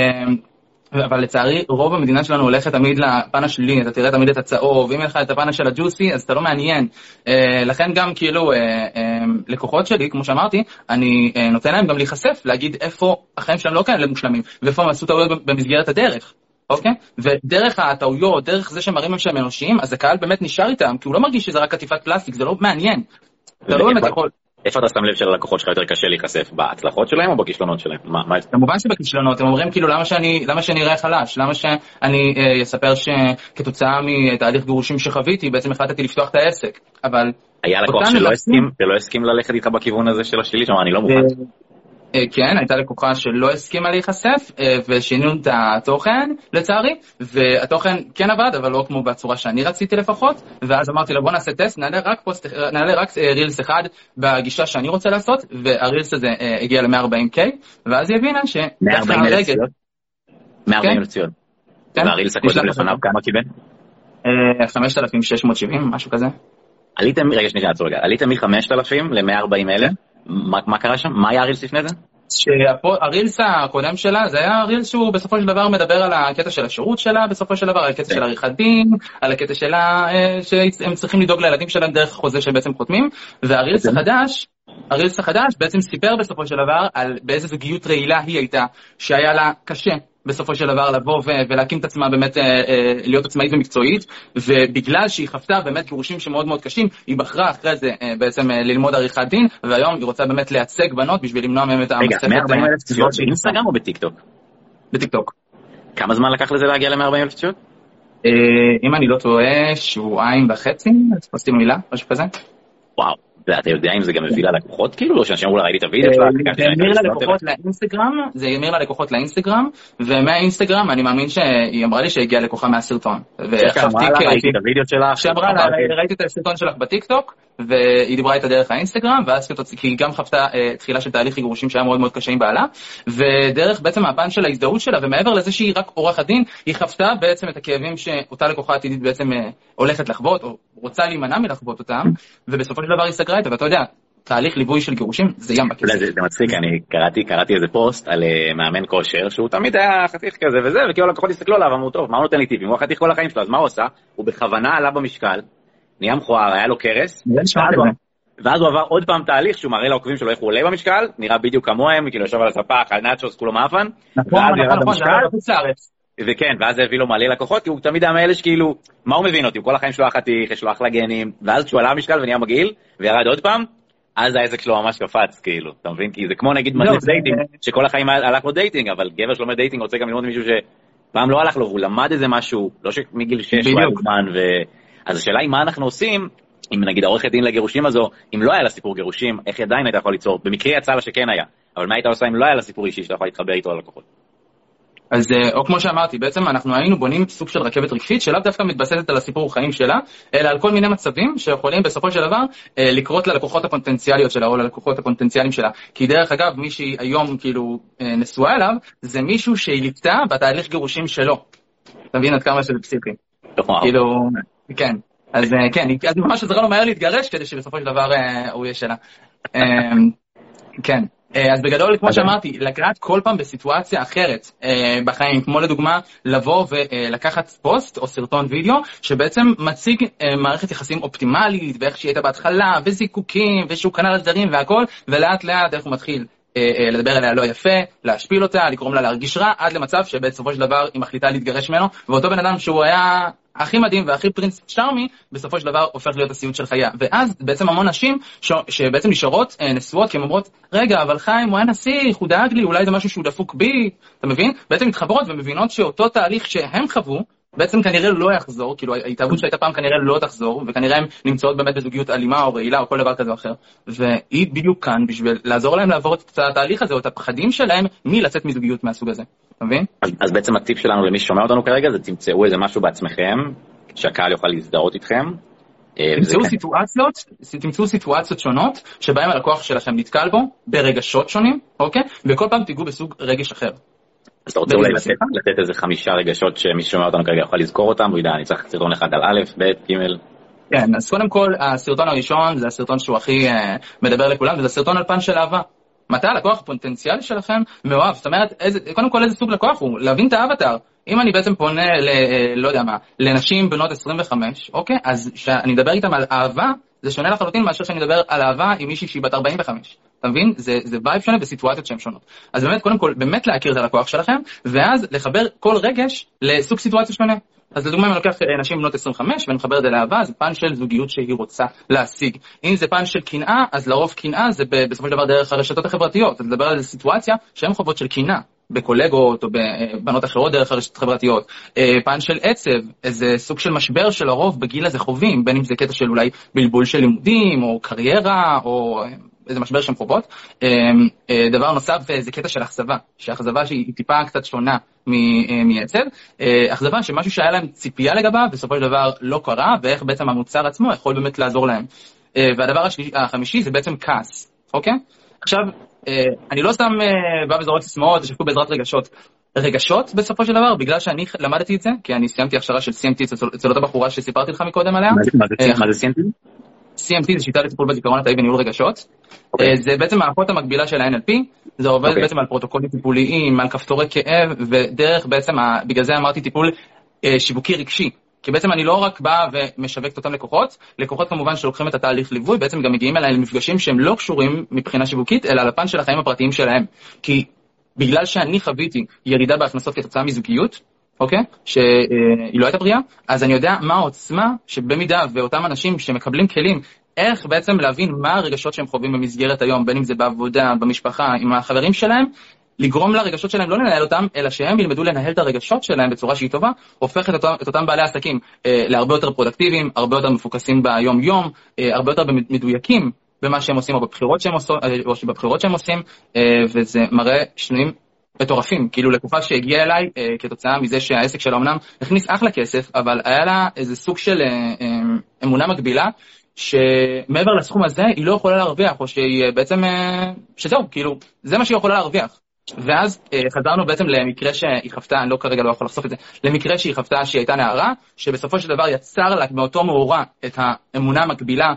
אבל לצערי, רוב המדינה שלנו הולכת תמיד לפן השלילי, אתה תראה תמיד את הצהוב, אם אין לך את הפן של הג'וסי, אז אתה לא מעניין. לכן גם כאילו, לקוחות שלי, כמו שאמרתי, אני נותן להם גם להיחשף, להגיד איפה החיים שלהם לא כאלה מושלמים, ואיפה הם עשו טעויות במסגרת הדרך, אוקיי? ודרך הטעויות, דרך זה שמראים שהם אנושיים, אז הקהל באמת נשאר איתם, כי הוא לא מרגיש שזה רק עטיפת פלסטיק, זה לא מעניין. אתה לא באמת יכול... איפה אתה שם לב שללקוחות שלך יותר קשה להיחשף? בהצלחות שלהם או בכישלונות שלהם? כמובן שבכישלונות, הם אומרים כאילו למה שאני, למה שאני אראה חלש, למה שאני אספר שכתוצאה מתהליך גירושים שחוויתי, בעצם החלטתי לפתוח את העסק, אבל... היה לקוח שלא הסכים ללכת איתך בכיוון הזה של השלילי, שאומר אני לא מוכן. כן, הייתה לקוחה שלא הסכימה להיחשף, ושינינו את התוכן, לצערי, והתוכן כן עבד, אבל לא כמו בצורה שאני רציתי לפחות, ואז אמרתי לה, בוא נעשה טסט, נעלה רק פוסט, נעלה רק רילס אחד בגישה שאני רוצה לעשות, והרילס הזה הגיע ל-מאה וארבעים קיי, ואז היא הבינה ש... מאה וארבעים אלף ציון? מאה וארבעים אלף ציון. והרילס הקודם לפניו כמה קיבל? חמשת אלפים שש מאות שבעים, משהו כזה. עליתם, רגע שנייה, עצור רגע, עליתם מ-חמשת אלפים ל-מאה וארבעים אלף? מה קרה שם? מה היה הרילס לפני זה? שהרילס הקודם שלה, זה היה הרילס שהוא בסופו של דבר מדבר על הקטע של השירות שלה, בסופו של דבר על הקטע של עריכת דין, על הקטע שלה שהם צריכים לדאוג לילדים שלהם דרך חוזה שהם בעצם חותמים, והרילס החדש, הרילס החדש בעצם סיפר בסופו של דבר על באיזה זוגיות רעילה היא הייתה, שהיה לה קשה בסופו של דבר לבוא ולהקים את עצמה באמת להיות עצמאית ומקצועית, ובגלל שהיא חפתה באמת גירושים שמאוד מאוד קשים, היא בחרה אחרי זה בעצם ללמוד עריכת דין, והיום היא רוצה באמת לייצג בנות בשביל למנוע מהם את המסכת. רגע, מאה וארבעים אלף צפיות באינסטגרם או בטיקטוק? בטיקטוק. כמה זמן לקח לזה להגיע ל-מאה וארבעים אלף צפיות? אם אני לא טועה, שבועיים וחצי, תפסתי מילה, משהו כזה. וואו. אתה יודע אם זה גם מביא ללקוחות כאילו, או שאנשים אמרו לה, ראיתי את הוידאו שלה? זה ימיר ללקוחות לאינסטגרם, זה ימיר ללקוחות לאינסטגרם, ומהאינסטגרם אני מאמין שהיא אמרה לי שהגיעה לקוחה מהסרטון. ראיתי את הוידאו שלך. שאמרה לה, ראיתי את הסרטון שלך בטיקטוק, והיא דיברה איתה דרך האינסטגרם, ואז כי היא גם חוותה תחילה של תהליך גירושים שהיה מאוד מאוד קשה עם בעלה, ודרך בעצם הפן של ההזדהות שלה, ומעבר לזה שהיא רק עורכת דין, היא חוותה בעצם את הכאבים שאותה לקוחה עתידית בעצם הולכת לחוות, או רוצה להימנע מלחוות אותם, ובסופו של דבר היא סגרה איתה, ואתה יודע, תהליך ליווי של גירושים זה ים בכסף. זה מצחיק, אני קראתי, קראתי איזה פוסט על מאמן כושר, שהוא תמיד היה חתיך כזה וזה, וכאילו לקוחות הסתכלו עליו, אמרו, טוב, מה הוא נותן לי טיפים? הוא חתיך כל החיים שלו, אז מה הוא עשה? הוא בכוונה עלה במשקל, נהיה מכוער, היה לו קרס, ואז הוא עבר עוד פעם תהליך שהוא מראה לעוקבים שלו איך הוא עולה במשקל, נראה בדיוק כמוהם, כאילו יושב על הספה, אכל נאצ'וס, כולו מאפן, ואז ירד במשקל, וכן, ואז זה הביא לו מלא לקוחות, כי הוא תמיד היה מאלה שכאילו, מה הוא מבין אותי? כל החיים שלו היה חתיך, יש לו אחלה גנים, ואז כשהוא עלה במשקל ונהיה מגעיל, וירד עוד פעם, אז העסק שלו ממש קפץ, כאילו, אתה מבין? כי זה כמו נגיד מדריך דייטינג, שכל החיים הלך לו דייטינג, אבל גבר שלומד דייטינג רוצה גם ללמוד מישהו שפעם לא הלך לו, והוא למד איזה משהו, לא שמגיל שש הוא היה זמן, אז השאלה היא מה אנחנו עושים, אם נגיד העורכת דין לגירושים הזו, אם לא היה לה סיפור גירושים, איך עדיין הייתה יכולה ליצור? במקרה יצא לה שכן היה, אבל מה הייתה עושה אם לא היה לה סיפור אישי שאתה יכול להתחבר איתו ללקוחות? אז או כמו שאמרתי, בעצם אנחנו היינו בונים סוג של רכבת רגשית, שלאו דווקא מתבססת על הסיפור חיים שלה, אלא על כל מיני מצבים שיכולים בסופו של דבר לקרות ללקוחות הפוטנציאליות שלה, או ללקוחות הפוטנציאליים שלה. כי דרך אגב, מי שהיא היום כאילו נשואה אליו, זה מישהו שהיא ליפתה בתהליך גירושים שלו. אתה מבין עד כמה שזה פסיכי. כאילו, כן. אז כן, אז ממש עזרה לו מהר להתגרש, כדי שבסופו של דבר הוא יהיה שלה. כן. אז בגדול, כמו שאמרתי, לקראת כל פעם בסיטואציה אחרת בחיים, כמו לדוגמה, לבוא ולקחת פוסט או סרטון וידאו, שבעצם מציג מערכת יחסים אופטימלית, ואיך שהיא הייתה בהתחלה, וזיקוקים, ושהוא קנה לזרים והכל, ולאט לאט איך הוא מתחיל לדבר עליה לא יפה, להשפיל אותה, לקרום לה להרגיש רע, עד למצב שבסופו של דבר היא מחליטה להתגרש ממנו, ואותו בן אדם שהוא היה הכי מדהים והכי פרינס שרמי, בסופו של דבר הופך להיות הסיוט של חייה. ואז בעצם המון נשים ש... שבעצם נשארות נשואות, כי הן אומרות, רגע, אבל חיים, הוא היה נסיך, הוא דאג לי, אולי זה משהו שהוא דפוק בי, אתה מבין? בעצם מתחברות ומבינות שאותו תהליך שהם חוו, בעצם כנראה לא יחזור, כאילו ההתאהבות שהייתה פעם כנראה לא תחזור, וכנראה הן נמצאות באמת בזוגיות אלימה או רעילה או כל דבר כזה או אחר. והיא בדיוק כאן בשביל לעזור להם לעבור את התהליך הזה, או את הפחדים שלהם מלצאת מזוגיות מהסוג הזה. אתה מבין? אז, אז בעצם הטיפ שלנו למי ששומע אותנו כרגע, זה תמצאו איזה משהו בעצמכם, שהקהל יוכל להזדהות איתכם. תמצאו סיטואציות, תמצאו סיטואציות שונות, שבהם הלקוח שלכם נתקל בו, ברגשות שונים, אוקיי? וכל פעם תיגעו בסוג רגש אחר. אז אתה רוצה אולי לתת, לתת איזה חמישה רגשות שמי ששומע אותנו כרגע יכול לזכור אותם, הוא ידע, אני צריך סרטון אחד על א', ב', ג'. כן, אז קודם כל, הסרטון הראשון זה הסרטון שהוא הכי uh, מדבר לכולם, וזה סרטון על פן של אהבה. מתי הלקוח הפוטנציאלי שלכם מאוהב? זאת אומרת, איזה, קודם כל איזה סוג לקוח הוא? להבין את האבטר. אם אני בעצם פונה ל, לא יודע מה, לנשים בנות עשרים וחמש, אוקיי? אז כשאני מדבר איתם על אהבה, זה שונה לחלוטין מאשר שאני מדבר על אהבה עם מישהי שהיא בת ארבעים וחמש. אתה מבין? זה, זה וייב שונה בסיטואציות שהן שונות. אז באמת, קודם כל, באמת להכיר את הלקוח שלכם, ואז לחבר כל רגש לסוג סיטואציה שונה. אז לדוגמה, אם אני לוקח נשים בנות עשרים וחמש ואני מחבר את זה לאהבה, זה פן של זוגיות שהיא רוצה להשיג. אם זה פן של קנאה, אז לרוב קנאה זה בסופו של דבר דרך הרשתות החברתיות. אז לדבר על סיטואציה שהן חובות של קנאה, בקולגות או בבנות אחרות דרך הרשתות החברתיות. פן של עצב, איזה סוג של משבר של הרוב בגיל הזה חווים, בין אם זה קטע של אולי בלבול של לימודים או קריירה או איזה משבר שהן חובות. דבר נוסף זה קטע של אכזבה, שהאכזבה שהיא טיפה קצת שונה מעצב, אכזבה שמשהו שהיה להם ציפייה לגביו, בסופו של דבר לא קרה, ואיך בעצם המוצר עצמו יכול באמת לעזור להם. והדבר החמישי זה בעצם כעס, אוקיי? עכשיו, אני לא סתם בא וזורק סיסמאות, שפקו בעזרת רגשות. רגשות בסופו של דבר, בגלל שאני למדתי את זה, כי אני סיימתי הכשרה של סי אם טי אצל אותה בחורה שסיפרתי לך מקודם עליה. מה זה סי אם טי? סי אם טי זה שיטה לטיפול בזיכרון התאי וניהול רגשות. זה בעצם האחות המקבילה של ה-אן אל פי, זה עובד בעצם על פרוטוקולים טיפוליים, על כפתורי כאב, ודרך בעצם, בגלל זה אמרתי טיפול שיווקי רגשי. כי בעצם אני לא רק בא ומשווקת אותם לקוחות, לקוחות כמובן שלוקחים את התהליך ליווי, בעצם גם מגיעים אליי למפגשים שהם לא קשורים מבחינה שיווקית, אלא לפן של החיים הפרטיים שלהם. כי בגלל שאני חוויתי ירידה בהכנסות כתוצאה מזוגיות, אוקיי? שהיא לא הייתה בריאה, אז אני יודע מה העוצמה שבמידה ואותם אנשים שמקבלים כלים, איך בעצם להבין מה הרגשות שהם חווים במסגרת היום, בין אם זה בעבודה, במשפחה, עם החברים שלהם, לגרום לרגשות שלהם לא לנהל אותם, אלא שהם ילמדו לנהל את הרגשות שלהם בצורה שהיא טובה, הופך את אותם, את אותם בעלי עסקים אה, להרבה יותר פרודקטיביים, הרבה יותר מפוקסים ביום-יום, אה, הרבה יותר מדויקים במה שהם עושים או בבחירות שהם, עושים, או בבחירות שהם עושים, אה, וזה מראה שינויים מטורפים, כאילו לקופה שהגיעה אליי אה, כתוצאה מזה שהעסק שלה אמנם הכניס אחלה כסף, אבל היה לה איזה סוג של אה, אה, אמונה מקבילה, שמעבר לסכום הזה היא לא יכולה להרוויח, או שהיא בעצם, אה, שזהו, כאילו, זה מה שהיא יכולה להרוויח. ואז אה, חזרנו בעצם למקרה שהיא חפתה, אני לא כרגע לא יכול לחשוף את זה, למקרה שהיא חפתה שהיא הייתה נערה, שבסופו של דבר יצר לה מאותו מאורע את האמונה המקבילה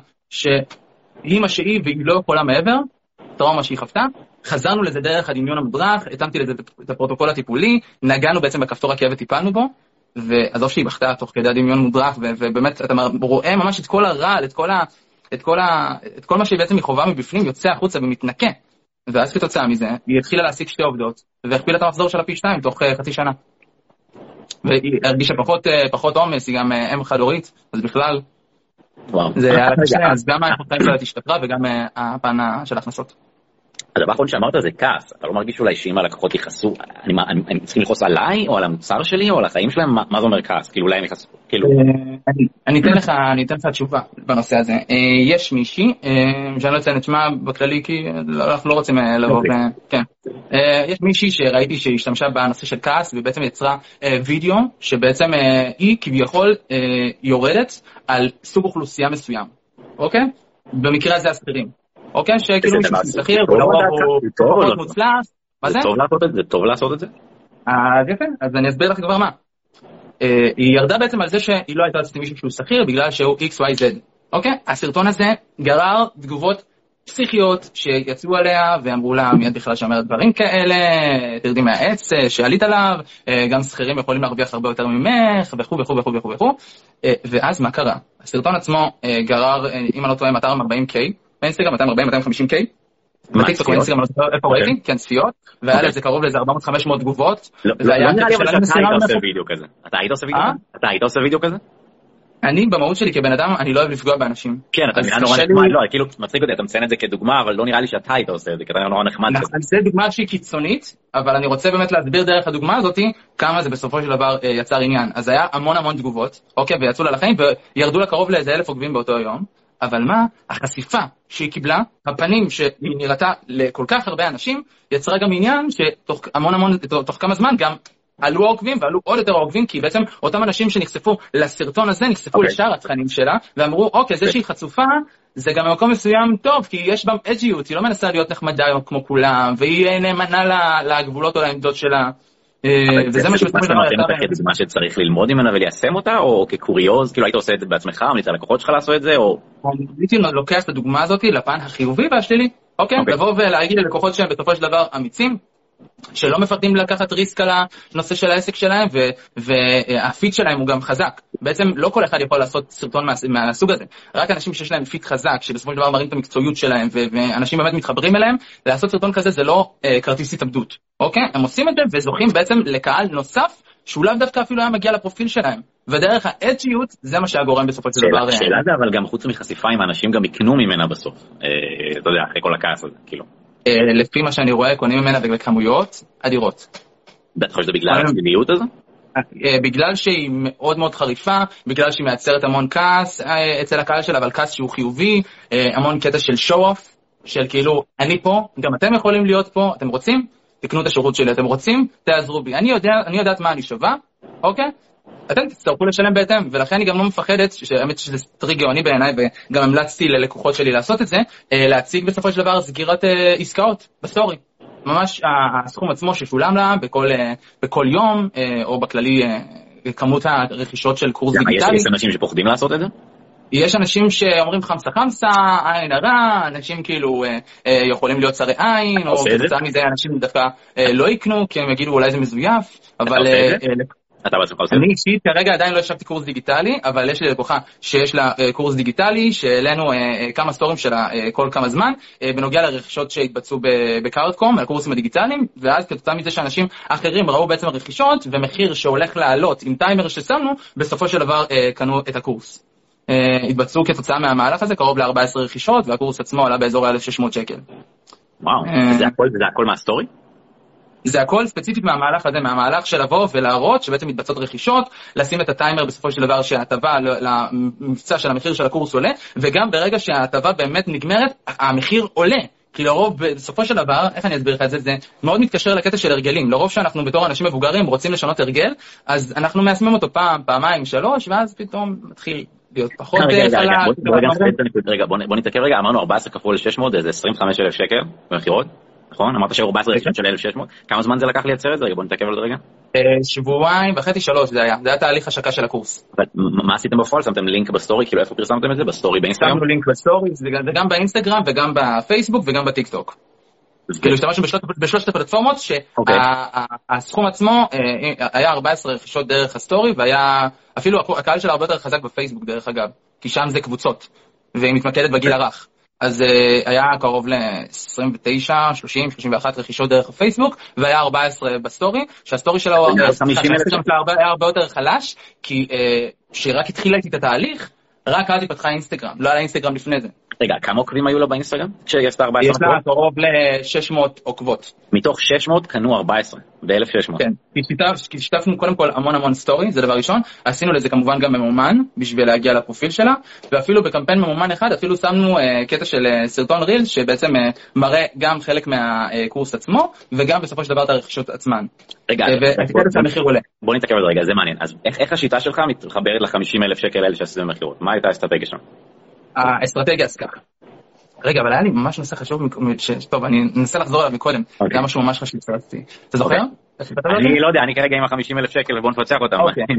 שהיא מה שהיא והיא לא יכולה מעבר, טראומה שהיא חפתה. חזרנו לזה דרך הדמיון המודרך, התאמתי לזה את הפרוטוקול הטיפולי, נגענו בעצם בכפתור הכאב וטיפלנו בו, ועזוב שהיא בכתה תוך כדי הדמיון מודרך, ובאמת אתה רואה ממש את כל הרעל, את כל, ה, את כל, ה, את כל מה שהיא בעצם חובה מבפנים, יוצא החוצה ומתנקה. ואז כתוצאה מזה, היא התחילה להשיג שתי עובדות, והכפילה את המחזור שלה פי שתיים תוך uh, חצי שנה. והיא הרגישה פחות, uh, פחות עומס, היא גם uh, אם חד-הורית, אז בכלל, זה היה קשה, אז גם האיכות חיים שלה תשתפרה וגם הפן של ההכנסות. הדבר האחרון שאמרת זה כעס, אתה לא מרגיש אולי שאם הלקוחות יכעסו, הם צריכים לכעוס עליי או על המוצר שלי או על החיים שלהם, מה זה אומר כעס? כאילו אולי הם יכעסו, כאילו... אני אתן לך, אני אתן לך תשובה בנושא הזה. יש מישהי, שאני לא אציין את שמה בכללי, כי אנחנו לא רוצים לבוא ו... כן. יש מישהי שראיתי שהשתמשה בנושא של כעס, ובעצם יצרה וידאו, שבעצם היא כביכול יורדת על סוג אוכלוסייה מסוים. אוקיי? במקרה הזה הסחירים. אוקיי, שכאילו מישהו שכיר, הוא פחות מוצלח. מה זה? זה טוב לעשות את זה? אז יפה, אז אני אסביר לך כבר מה. היא ירדה בעצם על זה שהיא לא הייתה לעשות מישהו שהוא שכיר, בגלל שהוא אקס וואי זד. אוקיי? הסרטון הזה גרר תגובות פסיכיות שיצאו עליה, ואמרו לה מיד בכלל שאומרת דברים כאלה, תרדי מהעץ שעלית עליו, גם שכירים יכולים להרוויח הרבה יותר ממך, וכו' וכו' וכו' וכו' וכו'. ואז מה קרה? הסרטון עצמו גרר, אם אני לא טועה, מאתיים ארבעים קיי, באינסטגרם מאתיים ארבעים עד מאתיים וחמישים קיי, בטיקטוק באינסטגרם איפה ראיתי, כן, צפיות, והיה לזה קרוב לאיזה ארבע מאות חמש מאות תגובות. לא נראה לי אבל שאתה היית עושה וידאו כזה. אתה היית עושה וידאו כזה? אתה היית עושה וידאו כזה? אני במהות שלי כבן אדם, אני לא אוהב לפגוע באנשים. כן, אתה נראה נורא נחמד, לא, כאילו מצחיק אותי, אתה מציין את זה כדוגמה, אבל לא נראה לי שאתה היית עושה את זה, כי אתה נורא נחמד. זה דוגמה שהיא קיצונית, אבל אני רוצה באמת להסביר דרך הדוגמה הזאת, כמה זה בסופו של דבר יצר עניין. אז היה המון המון תגובות, אוקיי, ויצאו לה לחיים, וירדו לה קרוב לאיזה אלף עוקבים באותו יום. אבל מה? החשיפה שהיא קיבלה, הפנים שהיא נראתה לכל כך הרבה אנשים, יצרה גם עניין שתוך המון המון, תוך כמה זמן גם עלו העוקבים ועלו עוד יותר העוקבים, כי בעצם אותם אנשים שנחשפו לסרטון הזה, נחשפו okay. לשאר התכנים שלה, ואמרו, אוקיי, זה שהיא חצופה, זה גם במקום מסוים טוב, כי יש בה אג'יות, היא לא מנסה להיות נחמדה כמו כולם, והיא נאמנה לגבולות או לעמדות שלה. וזה מה שבסופו של דבר יצא כדוגמה שצריך ללמוד ממנה וליישם אותה, או כקוריוז, כאילו היית עושה את זה בעצמך, ממליץ ללקוחות שלך לעשות את זה, או... הייתי לוקח את הדוגמה הזאת לפן החיובי והשלילי, אוקיי? לבוא ולהגיד ללקוחות שהם בסופו של דבר אמיצים, שלא מפחדים לקחת ריסק על הנושא של העסק שלהם, והפיט שלהם הוא גם חזק. בעצם לא כל אחד יכול לעשות סרטון מהסוג הזה, רק אנשים שיש להם פיט חזק, שבסופו של דבר מראים את המקצועיות שלהם, ואנשים באמת מתחברים אליהם, לעשות סרטון כזה זה לא כרטיס התאבדות, אוקיי? הם עושים את זה וזוכים בעצם לקהל נוסף, שהוא לאו דווקא אפילו היה מגיע לפרופיל שלהם, ודרך האג'יות זה מה שהגורם בסופו של דבר. שאלה זה אבל גם חוץ מחשיפה עם האנשים גם יקנו ממנה בסוף, אתה יודע, אחרי כל הכעס הזה, כאילו. לפי מה שאני רואה, קונים ממנה בכמויות אדירות. אתה חושב שזה בגלל הצדדיות הזו? בגלל שהיא מאוד מאוד חריפה, בגלל שהיא מייצרת המון כעס אצל הקהל שלה, אבל כעס שהוא חיובי, המון קטע של show-off, של כאילו, אני פה, גם אתם יכולים להיות פה, אתם רוצים? תקנו את השירות שלי, אתם רוצים? תעזרו בי. אני יודע, אני יודעת מה אני שווה, אוקיי? אתם תצטרכו לשלם בהתאם, ולכן אני גם לא מפחדת, שהאמת שזה טריק גאוני בעיניי, וגם המלצתי ללקוחות שלי לעשות את זה, להציג בסופו של דבר סגירת עסקאות בסטורי. ממש הסכום עצמו ששולם לה בכל, בכל יום, או בכללי כמות הרכישות של קורס דיגיטלי. יש אנשים שפוחדים לעשות את זה? יש אנשים שאומרים חמסה חמסה, עין הרע, אנשים כאילו יכולים להיות שרי עין, או כתוצאה מזה אנשים דווקא לא יקנו, כי הם יגידו אולי זה מזויף, אבל... אתה בעצמך עושה את זה? אני אישית כרגע עדיין לא השבתי קורס דיגיטלי, אבל יש לי לקוחה שיש לה קורס דיגיטלי, שהעלינו כמה סטורים שלה כל כמה זמן, בנוגע לרכישות שהתבצעו בקארדקום, על קורסים הדיגיטליים, ואז כתוצאה מזה שאנשים אחרים ראו בעצם הרכישות, ומחיר שהולך לעלות עם טיימר ששמנו, בסופו של דבר קנו את הקורס. התבצעו כתוצאה מהמהלך הזה, קרוב ל-ארבע עשרה רכישות, והקורס עצמו עלה באזור אלף ושש מאות שקל. וואו, זה הכל, זה הכל מהסטורי? זה הכל ספציפית מהמהלך הזה, מהמהלך של לבוא ולהראות שבעצם מתבצעות רכישות, לשים את הטיימר בסופו של דבר שההטבה למבצע של המחיר של הקורס עולה, וגם ברגע שההטבה באמת נגמרת, המחיר עולה. כי לרוב בסופו של דבר, איך אני אסביר לך את זה, זה מאוד מתקשר לקטע של הרגלים. לרוב שאנחנו בתור אנשים מבוגרים רוצים לשנות הרגל, אז אנחנו מיישמים אותו פעם, פעמיים, שלוש, ואז פתאום מתחיל להיות פחות חלק. רגע, בוא נתעכב רגע, אמרנו ארבע עשרה כפול שש מאות, זה עשרים וחמישה אלף שקל במחירות. נכון? אמרת ש-ארבע עשרה רכישות של אלף ושש מאות. כמה זמן זה לקח לייצר את זה? רגע, בוא נתעכב על זה רגע. שבועיים וחצי שלוש זה היה. זה היה תהליך השקה של הקורס. מה עשיתם בפועל? שמתם לינק בסטורי? כאילו איפה פרסמתם את זה? בסטורי באינסטגרם? שמנו לינק בסטורי, זה גם באינסטגרם וגם בפייסבוק וגם בטיקטוק. כאילו השתמשנו בשלושת הפלטפורמות שהסכום עצמו היה ארבע עשרה רכישות דרך הסטורי, והיה אפילו הקהל שלה הרבה יותר חזק בפייסבוק דרך אגב, כי שם זה קבוצות והיא מתמקדת בגיל הרך. אז uh, היה קרוב ל-עשרים ותשע, שלושים, שלושים ואחת רכישות דרך הפייסבוק, והיה ארבע עשרה בסטורי, שהסטורי שלה הוא היה הרבה יותר חלש, כי uh, שרק התחילה איתי את התהליך, רק אז היא פתחה אינסטגרם, לא היה אינסטגרם לפני זה. רגע, כמה עוקבים היו לה באינסטגרם? כשהיא עשתה ארבע עשרה יש לה קרוב ל-שש מאות עוקבות. מתוך שש מאות קנו ארבע עשרה, ב-אלף ושש מאות. כן, כי שיתפנו קודם כל המון המון סטורי, זה דבר ראשון, עשינו לזה כמובן גם ממומן, בשביל להגיע לפרופיל שלה, ואפילו בקמפיין ממומן אחד, אפילו שמנו uh, קטע של uh, סרטון ריל, שבעצם uh, מראה גם חלק מהקורס עצמו, וגם בסופו של דבר את הרכישות עצמן. רגע, בוא נתעכב על זה רגע, זה מעניין. אז איך, איך השיטה שלך מתחברת ל-חמישים אלף שקל האלה שעשיתם במכירות? מה הייתה האסטרטגיה שם? האסטרטגיה אז ככה. רגע, אבל היה לי ממש נושא חשוב, טוב, אני אנסה לחזור עליו מקודם, זה היה משהו ממש חשוב שרציתי. אתה זוכר? אני לא יודע, אני כרגע עם ה-חמישים אלף שקל ובוא נפצח אותם.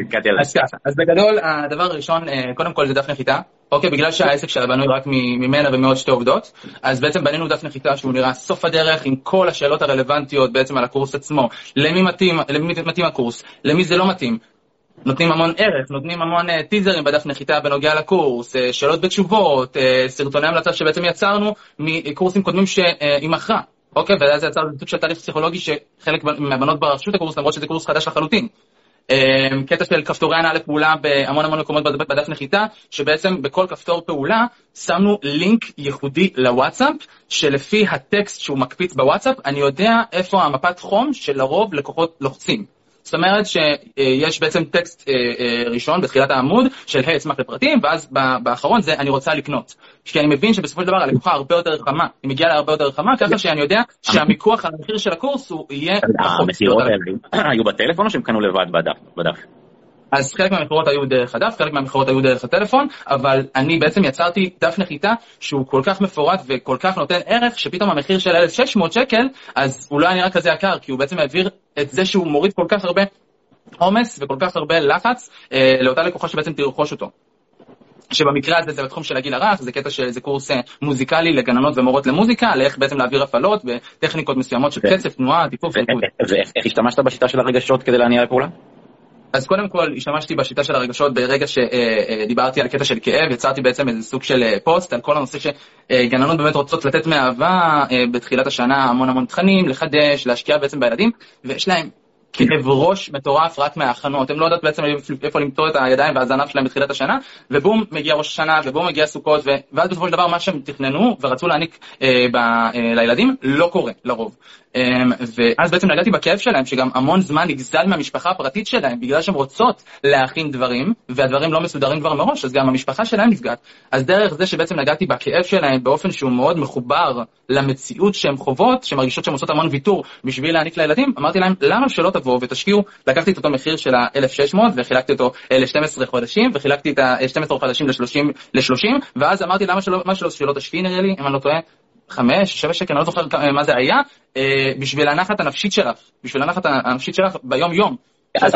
אז בגדול, הדבר הראשון, קודם כל זה דף נחיתה, אוקיי, בגלל שהעסק שלה בנוי רק ממנה ומעוד שתי עובדות, אז בעצם בנינו דף נחיתה שהוא נראה סוף הדרך עם כל השאלות הרלוונטיות בעצם על הקורס עצמו, למי מתאים, למי מתאים הקורס, למי זה לא מתאים. נותנים המון ערך, נותנים המון uh, טיזרים בדף נחיתה בנוגע לקורס, uh, שאלות בתשובות, uh, סרטוני המלצה שבעצם יצרנו מקורסים קודמים שהיא מכרה, אוקיי? ואז זה יצר סוג של תהליך פסיכולוגי שחלק מהבנות ברשות הקורס, למרות שזה קורס חדש לחלוטין. Uh, קטע של כפתורי הנעה לפעולה בהמון המון מקומות בדף נחיתה, שבעצם בכל כפתור פעולה שמנו לינק ייחודי לוואטסאפ, שלפי הטקסט שהוא מקפיץ בוואטסאפ, אני יודע איפה המפת חום שלרוב לקוחות לוחצים. זאת אומרת שיש בעצם טקסט ראשון בתחילת העמוד של היי, אשמח לפרטים, ואז באחרון זה אני רוצה לקנות. כי אני מבין שבסופו של דבר הלקוחה הרבה יותר רחמה, היא מגיעה להרבה יותר רחמה, ככה שאני יודע שהמיקוח על המחיר של הקורס הוא יהיה פחות. המחירות האלה היו בטלפון או שהם קנו לבד בדף? אז חלק מהמחירות היו דרך הדף, חלק מהמחירות היו דרך הטלפון, אבל אני בעצם יצרתי דף נחיתה שהוא כל כך מפורט וכל כך נותן ערך, שפתאום המחיר של אלף ושש מאות שקל, אז הוא לא היה נראה כזה יקר, כי הוא בעצם העביר את זה שהוא מוריד כל כך הרבה עומס וכל כך הרבה לחץ אה, לאותה לקוחה שבעצם תרכוש אותו. שבמקרה הזה זה בתחום של הגיל הרך, זה קטע שזה קורס מוזיקלי לגננות ומורות למוזיקה, על איך בעצם להעביר הפעלות וטכניקות מסוימות של קצב, תנועה, טיפוף וריקוד. ואיך השתמשת בשיטה של הרגשות כדי להניע לפעולה? אז קודם כל, השתמשתי בשיטה של הרגשות ברגע שדיברתי על קטע של כאב, יצרתי בעצם איזה סוג של פוסט על כל הנושא שגננות באמת רוצות לתת מאהבה בתחילת השנה, המון המון תכנים, לחדש, להשקיע בעצם בילדים, ויש להם כאב ראש מטורף רק מההכנות, הם לא יודעת בעצם איפה למצוא את הידיים והזנב שלהם בתחילת השנה, ובום מגיע ראש השנה, ובום מגיע סוכות, ואז בסופו של דבר מה שהם תכננו ורצו להעניק לילדים לא קורה לרוב. ואז בעצם נגעתי בכאב שלהם, שגם המון זמן נגזל מהמשפחה הפרטית שלהם, בגלל שהן רוצות להכין דברים, והדברים לא מסודרים כבר מראש, אז גם המשפחה שלהם נפגעת. אז דרך זה שבעצם נגעתי בכאב שלהם באופן שהוא מאוד מחובר למציאות שהן חוות, שמרגישות שהן עושות המון ויתור בשביל להעניק לילדים, אמרתי להם, למה שלא תבואו ותשקיעו? לקחתי את אותו מחיר של ה-אלף ושש מאות וחילקתי אותו ל-שנים עשר חודשים, וחילקתי את ה-שנים עשר חודשים ל-שלושים, ואז אמרתי למה שלא, מה שלא, שלא תשקיעי נראה לי, אם אני לא טועה, חמש, שבע שקל, אני לא זוכר מה זה היה, בשביל הנחת הנפשית שלך, בשביל הנחת הנפשית שלך ביום יום. אז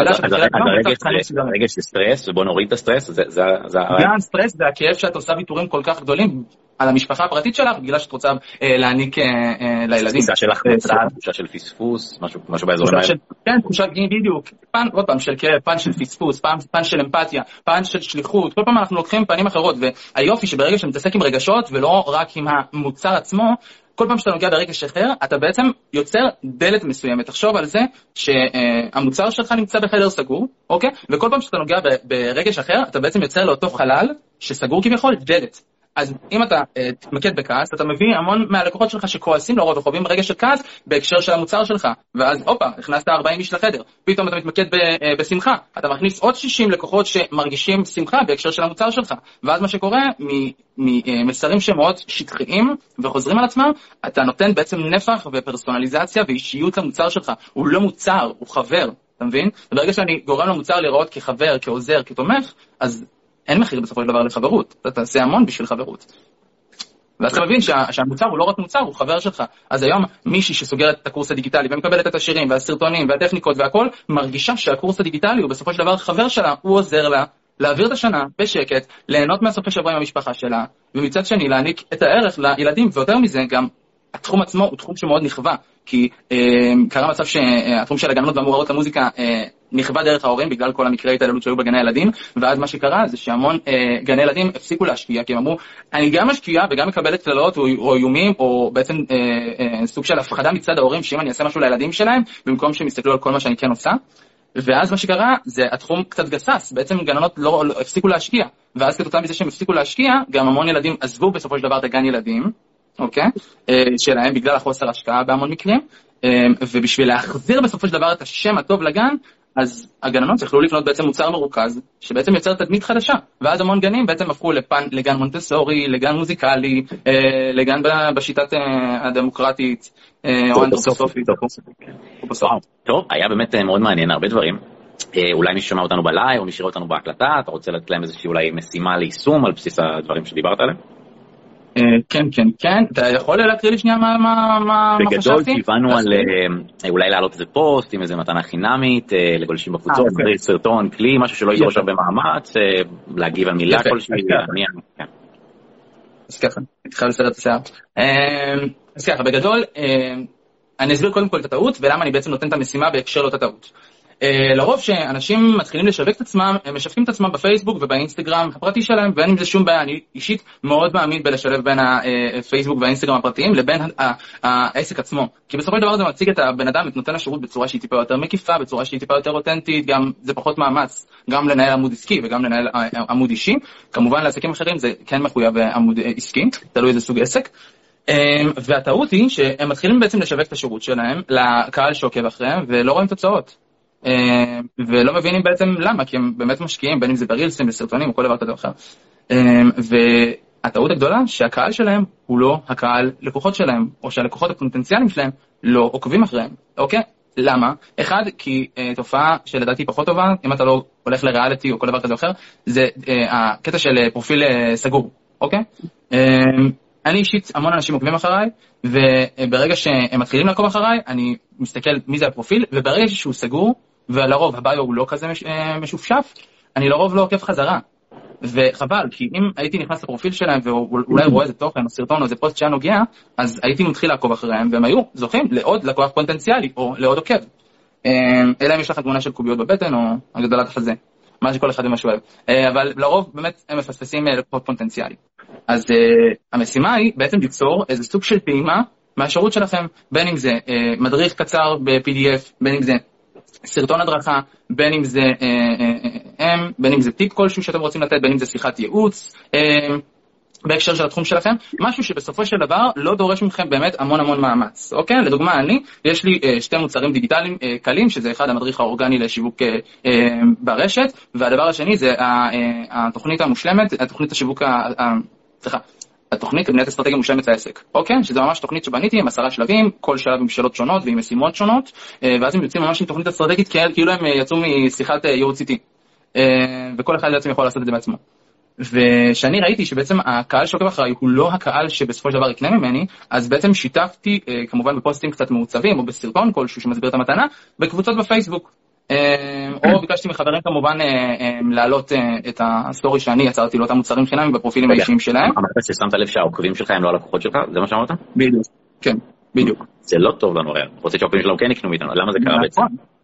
הרגש זה סטרס, ובוא נוריד את הסטרס, זה... גם סטרס זה הכאב שאת עושה ויתורים כל כך גדולים על המשפחה הפרטית שלך, בגלל שאת רוצה להעניק לילדים. תחושה שלך, תחושה של פספוס, משהו באזורים האלה. כן, תחושה בדיוק, פן, עוד פעם, של כאב, פן של פספוס, פן של אמפתיה, פן של שליחות, כל פעם אנחנו לוקחים פנים אחרות, והיופי שברגע שמתעסק עם רגשות, ולא רק עם המוצר עצמו, כל פעם שאתה נוגע ברגש אחר, אתה בעצם יוצר דלת מסוימת. תחשוב על זה שהמוצר שלך נמצא בחדר סגור, אוקיי? וכל פעם שאתה נוגע ברגש אחר, אתה בעצם יוצר לאותו חלל שסגור כביכול דלת. אז אם אתה uh, תתמקד בכעס, אתה מביא המון מהלקוחות שלך שכועסים לרוב וחווים רגש של כעס בהקשר של המוצר שלך. ואז, אופה, הכנסת ארבעים איש לחדר. פתאום אתה מתמקד ב, uh, בשמחה. אתה מכניס עוד שישים לקוחות שמרגישים שמחה בהקשר של המוצר שלך. ואז מה שקורה, ממסרים שמאוד שטחיים וחוזרים על עצמם, אתה נותן בעצם נפח ופרסונליזציה ואישיות למוצר שלך. הוא לא מוצר, הוא חבר. אתה מבין? וברגע שאני גורם למוצר לראות כחבר, כעוזר, כתומך, אז אין מחיר בסופו של דבר לחברות, אתה תעשה המון בשביל חברות. ואז אתה מבין שה, שהמוצר הוא לא רק מוצר, הוא חבר שלך. אז היום מישהי שסוגרת את הקורס הדיגיטלי ומקבלת את השירים והסרטונים והטכניקות והכל, מרגישה שהקורס הדיגיטלי הוא בסופו של דבר חבר שלה, הוא עוזר לה להעביר את השנה בשקט, ליהנות מהסופי שבוע עם המשפחה שלה, ומצד שני להעניק את הערך לילדים, ויותר מזה גם התחום עצמו הוא תחום שמאוד נכווה, כי אה, קרה מצב שהתחום של הגננות והמורות למוזיקה אה, נכווה דרך ההורים בגלל כל המקרי התעללות שהיו בגני ילדים, ואז מה שקרה זה שהמון אה, גני ילדים הפסיקו להשקיע, כי הם אמרו, אני גם משקיעה וגם מקבלת כללות או, או איומים, או בעצם אה, אה, סוג של הפחדה מצד ההורים, שאם אני אעשה משהו לילדים שלהם, במקום שהם יסתכלו על כל מה שאני כן עושה, ואז מה שקרה זה התחום קצת גסס, בעצם גננות לא, לא הפסיקו להשקיע, ואז כתוצאה מזה שהם הפסיקו להשקיע, גם המון ילדים עזבו בסופו של דבר את הגן ילדים, אוקיי? שלהם בגלל החוסר השקעה בהמון מקרים, ובשביל להחזיר בסופו של דבר את השם הטוב לגן, אז הגננות יכלו לקנות בעצם מוצר מרוכז, שבעצם יוצר תדמית חדשה, ואז המון גנים בעצם הפכו לפן, לגן מונטסורי, לגן מוזיקלי, לגן בשיטת הדמוקרטית, או אנתרופוסופית. טוב, היה באמת מאוד מעניין, הרבה דברים. אולי מי ששומע אותנו בלייב, או מי שיראה אותנו בהקלטה, אתה רוצה לתת להם איזושהי אולי משימה ליישום על בסיס הדברים שדיברת עליהם? כן, כן, כן. אתה יכול להקריא לי שנייה מה חשבתי? בגדול כיוונו על אולי להעלות איזה פוסט עם איזה מתנה חינמית לגולשים בקבוצות, סרטון, כלי, משהו שלא ידרוש הרבה מאמץ, להגיב על מילה כלשהי. אז ככה, התחל לסרט השיער. אז ככה, בגדול, אני אסביר קודם כל את הטעות, ולמה אני בעצם נותן את המשימה בהקשר לאותה טעות. לרוב שאנשים מתחילים לשווק את עצמם, הם משווקים את עצמם בפייסבוק ובאינסטגרם הפרטי שלהם, ואין עם זה שום בעיה. אני אישית מאוד מאמין בלשלב בין הפייסבוק והאינסטגרם הפרטיים לבין העסק עצמו. כי בסופו של דבר זה מציג את הבן אדם, את נותן השירות בצורה שהיא טיפה יותר מקיפה, בצורה שהיא טיפה יותר אותנטית, גם זה פחות מאמץ, גם לנהל עמוד עסקי וגם לנהל עמוד אישי. כמובן לעסקים אחרים זה כן מחויב עמוד עסקי, תלוי איזה סוג עסק. והטעות היא שהם מתחילים בעצם לשווק את השירות שלהם לקהל שעוקב אחריהם ולא רואים תוצאות. ולא מבינים בעצם למה, כי הם באמת משקיעים, בין אם זה ברילסים, בסרטונים או כל דבר כזה אחר. והטעות הגדולה שהקהל שלהם הוא לא הקהל לקוחות שלהם, או שהלקוחות הפוטנציאליים שלהם לא עוקבים אחריהם. אוקיי? למה? אחד, כי תופעה שלדעתי פחות טובה, אם אתה לא הולך לריאליטי או כל דבר כזה אחר, זה הקטע של פרופיל סגור. אוקיי? אני אישית, המון אנשים עוקבים אחריי, וברגע שהם מתחילים לעקוב אחריי, אני מסתכל מי זה הפרופיל, וברגע שהוא סגור, ולרוב הביו הוא לא כזה משופשף, אני לרוב לא עוקב חזרה. וחבל, כי אם הייתי נכנס לפרופיל שלהם, ואולי רואה איזה תוכן או סרטון או איזה פוסט שהיה נוגע, אז הייתי מתחיל לעקוב אחריהם, והם היו זוכים לעוד לקוח פוטנציאלי, או לעוד עוקב. אלא אם יש לך תמונה של קוביות בבטן, או הגדלת החזה. מה שכל אחד ומשהו אוהב. אבל לרוב באמת הם מפספסים לקוחות פוטנציאלי. אז uh, המשימה היא בעצם ליצור איזה סוג של פעימה מהשירות שלכם, בין אם זה uh, מדריך קצר ב-פי די אף, בין אם זה סרטון הדרכה, בין אם זה uh, uh, uh, um, בין אם זה טיפ כלשהו שאתם רוצים לתת, בין אם זה שיחת ייעוץ, uh, בהקשר של התחום שלכם, משהו שבסופו של דבר לא דורש מכם באמת המון המון מאמץ, אוקיי? לדוגמה, אני, יש לי uh, שתי מוצרים דיגיטליים uh, קלים, שזה אחד המדריך האורגני לשיווק uh, uh, ברשת, והדבר השני זה uh, uh, התוכנית המושלמת, התוכנית השיווק ה... Uh, סליחה, התוכנית לבניית אסטרטגיה מושלמת לעסק, אוקיי? שזה ממש תוכנית שבניתי עם עשרה שלבים, כל שלב עם שאלות שונות ועם משימות שונות, ואז הם יוצאים ממש עם תוכנית אסטרטגית, כאילו הם יצאו משיחת ייעוץ איתי, וכל אחד בעצם יכול לעשות את זה בעצמו. ושאני ראיתי שבעצם הקהל שעוקב אחריי הוא לא הקהל שבסופו של דבר יקנה ממני, אז בעצם שיתפתי, כמובן בפוסטים קצת מעוצבים, או בסרטון כלשהו שמסביר את המתנה, בקבוצות בפייסבוק. או ביקשתי מחברים כמובן להעלות את הסטורי שאני יצרתי לאותם מוצרים חינמיים בפרופילים האישיים שלהם. אמרת ששמת לב שהעוקבים שלך הם לא הלקוחות שלך? זה מה שאמרת? בדיוק, כן, בדיוק. זה לא טוב לנו, רוצה שהעוקבים שלנו כן יקנו מאיתנו, למה זה קרה בעצם?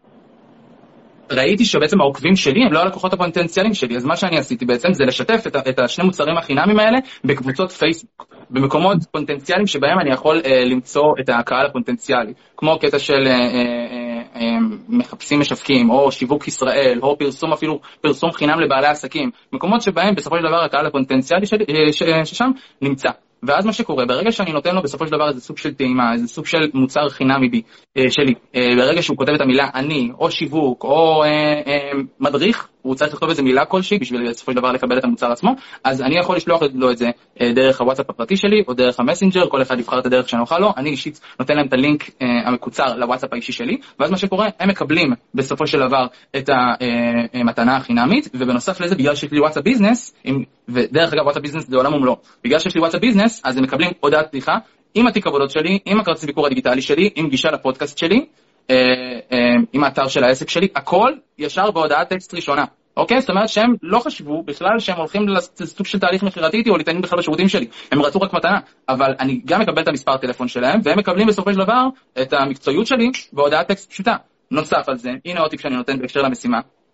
ראיתי שבעצם העוקבים שלי הם לא הלקוחות הפוטנציאליים שלי, אז מה שאני עשיתי בעצם זה לשתף את, את השני מוצרים החינמיים האלה בקבוצות פייסבוק, במקומות פוטנציאליים שבהם אני יכול אה, למצוא את הקהל הפוטנציאלי, כמו קטע של אה, אה, אה, מחפשים משווקים, או שיווק ישראל, או פרסום אפילו פרסום חינם לבעלי עסקים, מקומות שבהם בסופו של דבר הקהל הפוטנציאלי שלי, אה, ששם נמצא. ואז מה שקורה, ברגע שאני נותן לו בסופו של דבר איזה סוג של טעימה, איזה סוג של מוצר חינמי בי, אה, שלי, אה, ברגע שהוא כותב את המילה אני, או שיווק, או אה, אה, מדריך, הוא צריך לכתוב איזה מילה כלשהי בשביל בסופו של דבר לקבל את המוצר עצמו, אז אני יכול לשלוח לו את זה אה, דרך הוואטסאפ הפרטי שלי, או דרך המסנג'ר, כל אחד יבחר את הדרך שנוחה לו, אני אישית נותן להם את הלינק אה, המקוצר לוואטסאפ האישי שלי, ואז מה שקורה, הם מקבלים בסופו של דבר את המתנה החינמית, ובנוסף לזה, בגלל שיש לי וואטסאפ ביזנס, ודרך אגב וואטסאפ ביזנס זה עולם ומלואו, בגלל שיש לי וואטסאפ ביזנס, אז הם מקבלים הודעת פתיחה עם התיק עבודות שלי, עם הכרטיס ביקור הדיגיטלי שלי, עם גישה לפודקאסט שלי, עם האתר של העסק שלי, הכל ישר בהודעת טקסט ראשונה. אוקיי? זאת אומרת שהם לא חשבו בכלל שהם הולכים לסוג של תהליך מכירתי איתי או להתעניין בכלל בשירותים שלי. הם רצו רק מתנה, אבל אני גם מקבל את המספר טלפון שלהם, והם מקבלים בסופו של דבר את המקצועיות שלי בהודעת טקסט פשוטה. נוסף על זה, הנה עוד טיפ שאני נותן בהקשר למשימה.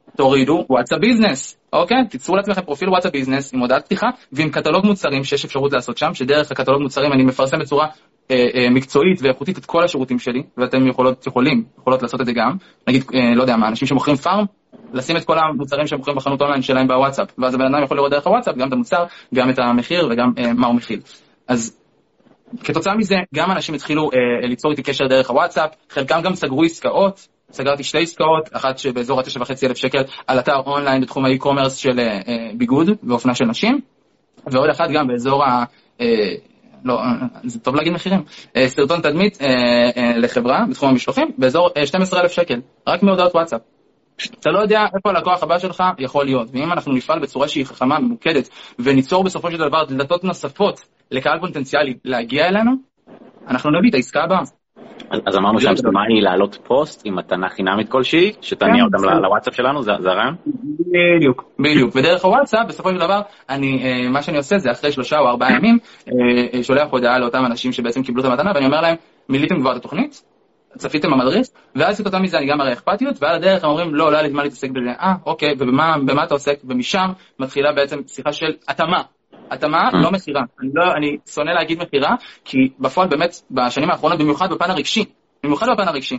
תורידו וואטסאפ ביזנס, אוקיי? תיצרו לעצמכם פרופיל וואטסאפ ביזנס עם הודעת פתיחה ועם קטלוג מוצרים שיש אפשרות לעשות שם, שדרך הקטלוג מוצרים אני מפרסם בצורה אה, אה, מקצועית ואיכותית את כל השירותים שלי, ואתם יכולות, יכולים, יכולות לעשות את זה גם. נגיד, אה, לא יודע מה, אנשים שמוכרים פארם, לשים את כל המוצרים שמוכרים בחנות אונליין שלהם בוואטסאפ, ואז הבן אדם יכול לראות דרך הוואטסאפ גם את המוצר, גם את המחיר וגם אה, מה הוא מכיל. אז כתוצאה מזה, גם אנשים התחילו אה, ליצור איתי קשר דרך הוואטסאפ, חלקם גם סגרו עסקאות, סגרתי שתי עסקאות, אחת שבאזור התשע וחצי אלף שקל על אתר אונליין בתחום האי-קומרס של אה, ביגוד ואופנה של נשים, ועוד אחת גם באזור ה... אה, לא, זה טוב להגיד מחירים, אה, סרטון תדמית אה, אה, לחברה בתחום המשלוחים, באזור אה, שנים עשר אלף שקל, רק מהודעות וואטסאפ. אתה לא יודע איפה הלקוח הבא שלך יכול להיות, ואם אנחנו נפעל בצורה שהיא חכמה, ממוקדת, וניצור בסופו של דבר דלתות נוספות לקהל פוטנציאלי להגיע אלינו, אנחנו נביא את העסקה הבאה. אז אמרנו שהמשימה היא להעלות פוסט עם מתנה חינמית כלשהי, שתניע אותם לוואטסאפ שלנו, זה הרעיון? בדיוק, בדיוק. ודרך הוואטסאפ, בסופו של דבר, מה שאני עושה זה אחרי שלושה או ארבעה ימים, שולח הודעה לאותם אנשים שבעצם קיבלו את המתנה, ואני אומר להם, מילאתם כבר את התוכנית? צפיתם במדריך? ואז כתוצאה מזה אני גם הרי אכפתיות, ועל הדרך הם אומרים, לא, לא היה לי זמן להתעסק בזה. אה, אוקיי, ובמה אתה עוסק? ומשם מתחילה בעצם שיחה של התאמה. התאמה, לא מחירה. אני, לא, אני שונא להגיד מחירה, כי בפועל באמת, בשנים האחרונות, במיוחד בפן הרגשי, במיוחד בפן הרגשי,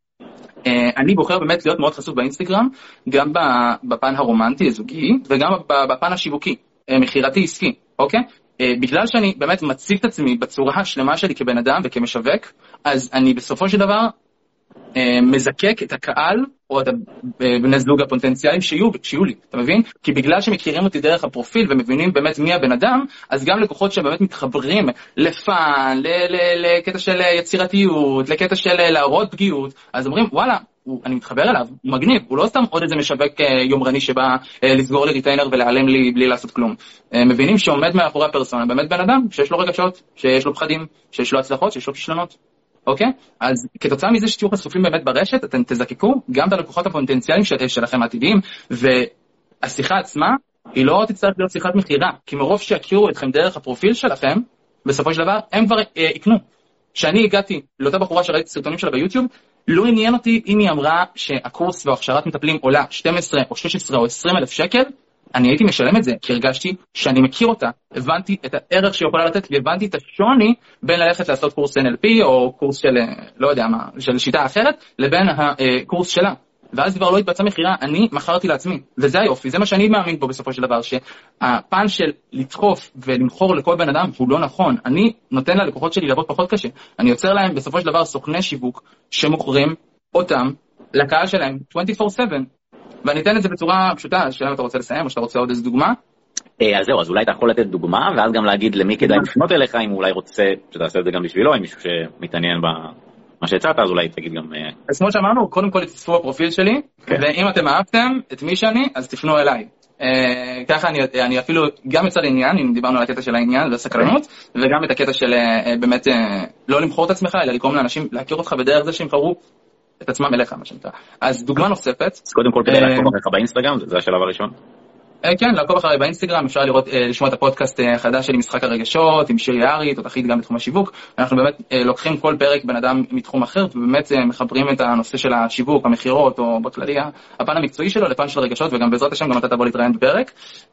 אני בוחר באמת להיות מאוד חשוף באינסטגרם, גם בפן הרומנטי, הזוגי, וגם בפן השיווקי, מחירתי עסקי, אוקיי? בגלל שאני באמת מציג את עצמי בצורה השלמה שלי כבן אדם וכמשווק, אז אני בסופו של דבר מזקק את הקהל או את בני זוג הפוטנציאליים שיהיו, שיהיו לי, אתה מבין? כי בגלל שמכירים אותי דרך הפרופיל ומבינים באמת מי הבן אדם, אז גם לקוחות שבאמת מתחברים לפן, לקטע של יצירתיות, לקטע של להראות פגיעות, אז אומרים, וואלה, אני מתחבר אליו, הוא מגניב, הוא לא סתם עוד איזה משווק יומרני שבא לסגור לי ריטיינר ולהיעלם לי בלי לעשות כלום. מבינים שעומד מאחורי הפרסונה, באמת בן אדם שיש לו רגשות, שיש לו פחדים, שיש לו הצלחות, שיש לו כישלונות. אוקיי? אז כתוצאה מזה שתהיו חשופים באמת ברשת, אתם תזקקו גם את הלקוחות הפוטנציאליים שלכם העתידיים, והשיחה עצמה היא לא תצטרך להיות שיחת מחירה, כי מרוב שיכירו אתכם דרך הפרופיל שלכם, בסופו של דבר הם כבר אה, יקנו. כשאני הגעתי לאותה בחורה שראיתי סרטונים שלה ביוטיוב, לא עניין אותי אם היא אמרה שהקורס וההכשרת מטפלים עולה שתים עשרה או שש עשרה או עשרים אלף שקל, אני הייתי משלם את זה, כי הרגשתי שאני מכיר אותה, הבנתי את הערך שהיא יכולה לתת, והבנתי את השוני בין ללכת לעשות קורס אן אל פי, או קורס של, לא יודע מה, של שיטה אחרת, לבין הקורס שלה. ואז כבר לא התבצע מחירה, אני מכרתי לעצמי, וזה היופי, זה מה שאני מאמין בו בסופו של דבר, שהפן של לדחוף ולמכור לכל בן אדם הוא לא נכון. אני נותן ללקוחות שלי לעבוד פחות קשה, אני יוצר להם בסופו של דבר סוכני שיווק שמוכרים אותם לקהל שלהם עשרים וארבע שבע. ואני אתן את זה בצורה פשוטה, שאלה אם אתה רוצה לסיים, או שאתה רוצה עוד איזה דוגמה. אז זהו, אז אולי אתה יכול לתת דוגמה, ואז גם להגיד למי כדאי לפנות אליך, אם אולי רוצה שתעשה את זה גם בשבילו, אם מישהו שמתעניין במה שהצעת, אז אולי תגיד גם... אז כמו שאמרנו, קודם כל תצפו בפרופיל שלי, ואם אתם אהבתם את מי שאני, אז תפנו אליי. ככה אני אפילו, גם יצא לעניין, אם דיברנו על הקטע של העניין והסקרנות, וגם את הקטע של באמת לא למכור את עצמך, אלא לקרום לאנשים להכיר אותך בדרך זה שימכרו את עצמם אליך, מה שנקרא. אז דוגמה נוספת. אז קודם כל כדי לעקוב אחריך באינסטגרם, זה השלב הראשון? כן, לעקוב אחרי באינסטגרם, אפשר לראות, לשמוע את הפודקאסט החדש שלי, משחק הרגשות, עם שיר יערי, תותחית גם בתחום השיווק. אנחנו באמת לוקחים כל פרק בן אדם מתחום אחר, ובאמת מחברים את הנושא של השיווק, המחירות, או בכללי, הפן המקצועי שלו, לפן של הרגשות, וגם בעזרת השם גם אתה תבוא להתראיין בפרק.